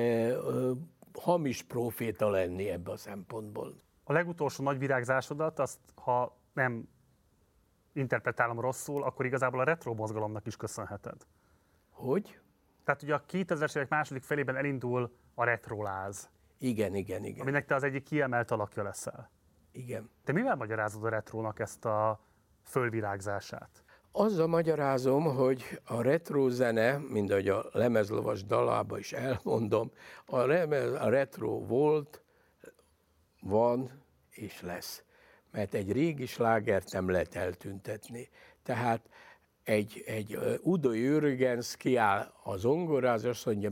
hamis proféta lenni ebbe a szempontból. A legutolsó nagy virágzásodat, azt ha nem interpretálom rosszul, akkor igazából a retro mozgalomnak is köszönheted. Hogy? Tehát ugye a 2000-es évek második felében elindul a retroláz. Igen. Aminek te az egyik kiemelt alakja leszel. Igen. Te mivel magyarázod a retrónak ezt a fölvirágzását? Azzal magyarázom, hogy a retro zene, mint ahogy a lemezlovas dalában is elmondom, a retro volt, van és lesz. Mert egy régi slágert nem lehet eltüntetni. Tehát egy Udo Jürgens kiáll a zongoráz, azt mondja,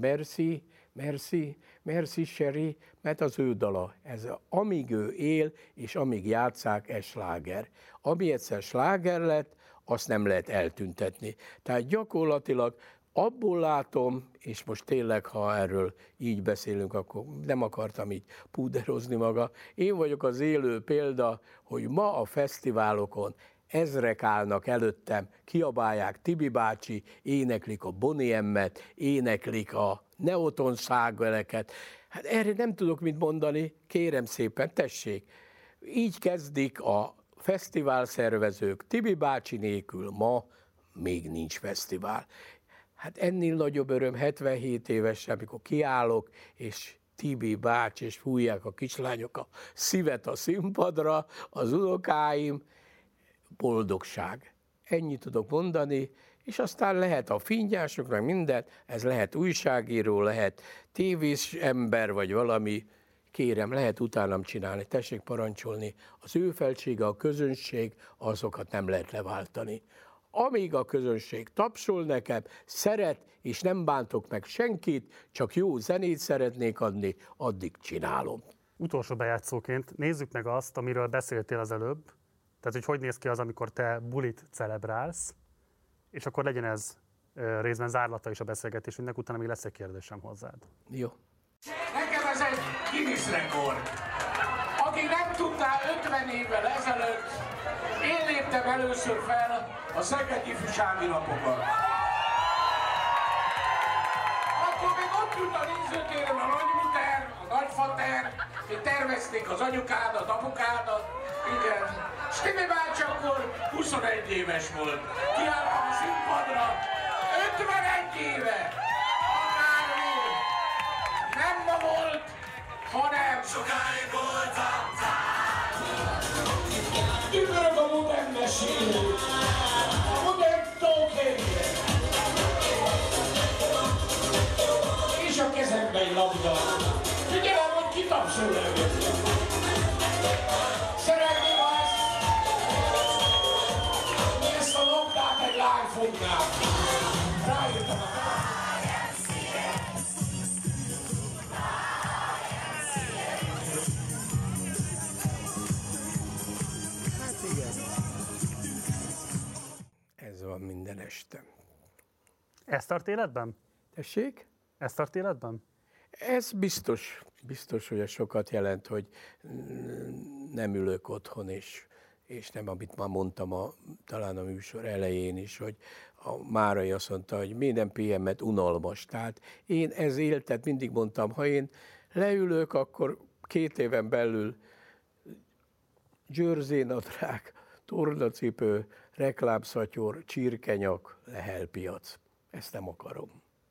merci, Sherry, mert az ő dala. Ez amíg ő él, és amíg játsszák, ez sláger. Ami egyszer sláger lett, azt nem lehet eltüntetni. Tehát gyakorlatilag abból látom, és most tényleg, ha erről így beszélünk, akkor nem akartam így púderozni maga. Én vagyok az élő példa, hogy ma a fesztiválokon ezrek állnak előttem, kiabálják Tibi bácsi, éneklik a Bonnie M-et, éneklik a Neoton szágeleket. Hát erre nem tudok mit mondani, kérem szépen, tessék. Így kezdik a fesztivál szervezők, Tibi bácsi nélkül ma még nincs fesztivál. Hát ennél nagyobb öröm 77 évesen, amikor kiállok, és Tibi bácsi, és fújják a kislányok a szívet a színpadra, az unokáim, boldogság. Ennyit tudok mondani, és aztán lehet a finnyásoknak minden, ez lehet újságíró, lehet tévés ember, vagy valami, kérem, lehet utánam csinálni, tessék parancsolni. Az ő felsége, a közönség, azokat nem lehet leváltani. Amíg a közönség tapsol nekem, szeret, és nem bántok meg senkit, csak jó zenét szeretnék adni, addig csinálom. Utolsó bejátszóként nézzük meg azt, amiről beszéltél az előbb, tehát hogy néz ki az, amikor te bulit celebrálsz, és akkor legyen ez részben zárlata is a beszélgetésünknek, utána még lesz egy kérdésem hozzád. Jó. Nekem ez egy Guinness rekord. Aki nem tudná, 50 évvel ezelőtt én léptem először fel a szegedi ifjúsági napokat. Akkor még ott ült a nézőtéren a nagymuter, a nagyfater, még tervezték az anyukádat, apukádat, igen. És Tibi bácsi akkor 21 éves volt. Kiálltam a színpadra, 51 éve. Akármi. Nem ma volt, hanem sokáig voltam. Üdvörög a modern És a kezembe egy labda. Figyelem, hogy kitapsol előtt. Szeretném, ha ezt a labdát egy lány fogná. Ráírtam a Ez van minden este. Ez tart életben? Tessék? Ez tart életben? Ez biztos, hogy ez sokat jelent, hogy nem ülök otthon, és nem, amit már mondtam talán a műsor elején is, hogy a Márai azt mondta, hogy minden PM-et unalmas. Tehát én ez éltet mindig mondtam, ha én leülök, akkor 2 éven belül győrzénadrág, tornacipő, reklámszatyor, csirkenyak, lehelpiac. Ezt nem akarom.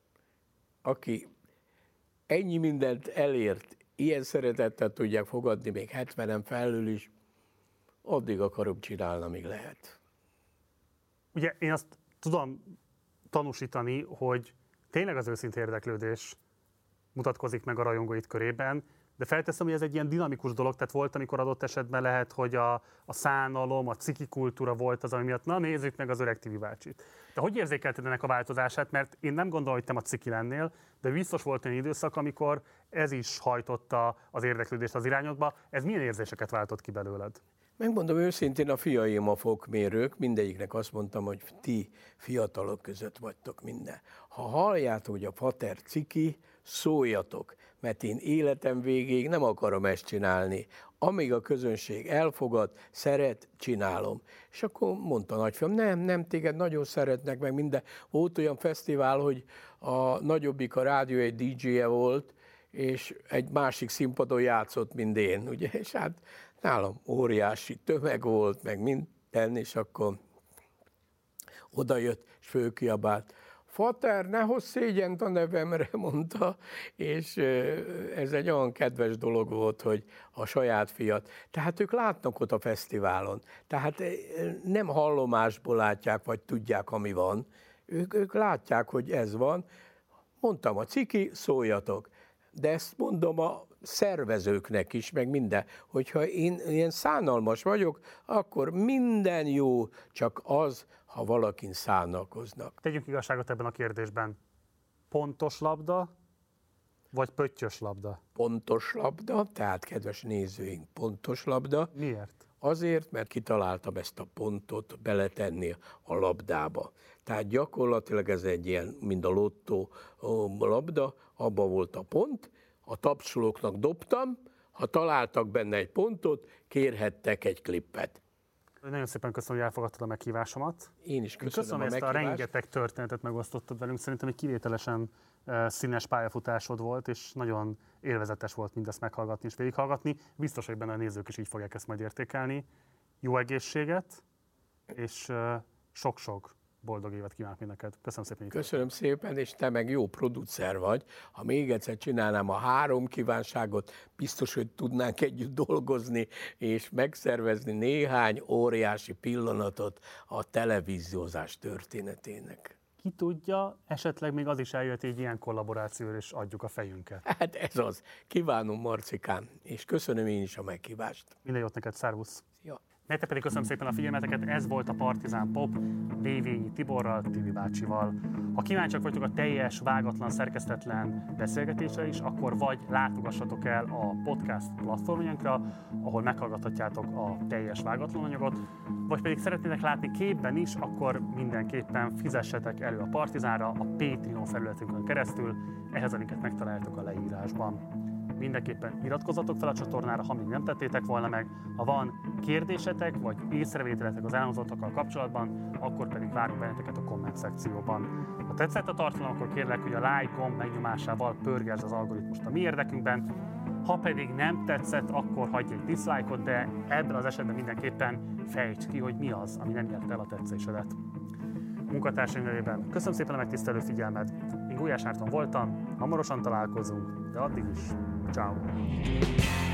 Aki ennyi mindent elért, ilyen szeretettel tudják fogadni, még 70-en felül is, addig akarom csinálni, amíg lehet. Ugye én azt tudom tanúsítani, hogy tényleg az őszinte érdeklődés mutatkozik meg a rajongóid körében, de felteszem, hogy ez egy ilyen dinamikus dolog, tehát volt, amikor adott esetben lehet, hogy a szánalom, a ciki kultúra volt az, ami miatt, na nézzük meg az öreg Tibi bácsit. De hogy érzékelted ennek a változását? Mert én nem gondolom, hogy te a ciki lennél, de biztos volt olyan időszak, amikor ez is hajtotta az érdeklődést az irányodba. Ez milyen érzéseket váltott ki belőled? Megmondom őszintén, a fiaim a fokmérők, mindegyiknek azt mondtam, hogy ti fiatalok között vagytok minden. Ha halljátok, hogy a fater ciki, szóljatok, mert én életem végéig nem akarom ezt csinálni. Amíg a közönség elfogad, szeret, csinálom. És akkor mondta a nagyfiam, nem, téged nagyon szeretnek, meg minden. Volt olyan fesztivál, hogy a nagyobbik a rádió egy DJ-je volt, és egy másik színpadon játszott, mint én, ugye, és hát nálam óriási tömeg volt, meg minden, és akkor odajött, és fölkiabált. Fater, ne hozz szégyent a nevemre, mondta, és ez egy olyan kedves dolog volt, hogy a saját fiat. Tehát ők látnak ott a fesztiválon. Tehát nem hallomásból látják, vagy tudják, ami van. Ők látják, hogy ez van. Mondtam, a ciki, szóljatok. De ezt mondom a szervezőknek is, meg minden, hogyha én ilyen szánalmas vagyok, akkor minden jó, csak az, ha valakin szánalkoznak. Tegyünk igazságot ebben a kérdésben. Pontos labda, vagy pöttyös labda? Pontos labda, tehát kedves nézőink, pontos labda. Miért? Azért, mert kitaláltam ezt a pontot beletenni a labdába. Tehát gyakorlatilag ez egy ilyen, mint a lottó labda, abban volt a pont, a tapsolóknak dobtam, ha találtak benne egy pontot, kérhettek egy klippet. Nagyon szépen köszönöm, hogy elfogadtad a meghívásomat. Én is köszönöm a ezt meghívást. a rengeteg történetet megosztottad velünk. Szerintem egy kivételesen színes pályafutásod volt, és nagyon élvezetes volt mindezt meghallgatni és végighallgatni. Biztos, hogy benne a nézők is így fogják ezt majd értékelni. Jó egészséget, és sok-sok boldog évet kívánok mind neked. Köszönöm szépen. Köszönöm szépen, és te meg jó producer vagy. Ha még egyszer csinálnám a 3 kívánságot, biztos, hogy tudnánk együtt dolgozni, és megszervezni néhány óriási pillanatot a televíziózás történetének. Ki tudja, esetleg még az is eljött egy ilyen kollaborációra, és adjuk a fejünket. Hát ez az. Kívánom, Marcikám, és köszönöm én is a meghívást. Minden jót neked, szervusz! Ja. Nektek pedig köszönöm szépen a figyelmeteket, ez volt a Partizán Pop, Bévényi Tiborral, Tibi bácsival. Ha kíváncsiak vagytok a teljes, vágatlan, szerkesztetlen beszélgetésre is, akkor vagy látogassatok el a podcast platformjainkra, ahol meghallgathatjátok a teljes, vágatlan anyagot, vagy pedig szeretnétek látni képben is, akkor mindenképpen fizessetek elő a Partizánra a Patreon felületünkön keresztül, ehhez a linket megtaláltok a leírásban. Mindenképpen iratkozzatok fel a csatornára, ha még nem tettétek volna meg. Ha van kérdésetek vagy észrevételetek az elhangzottakkal kapcsolatban, akkor pedig várunk benneteket a komment szekcióban. Ha tetszett a tartalom, akkor kérlek, hogy a like gomb megnyomásával pörgesd az algoritmust a mi érdekünkben. Ha pedig nem tetszett, akkor hagyj egy dislike-ot, de ebben az esetben mindenképpen fejtsd ki, hogy mi az, ami nem ért el a tetszésedet. Munkatársaim nevében köszönöm szépen a megtisztelő figyelmet. Én Gulyás Árton voltam, hamarosan találkozunk, de addig is ciao.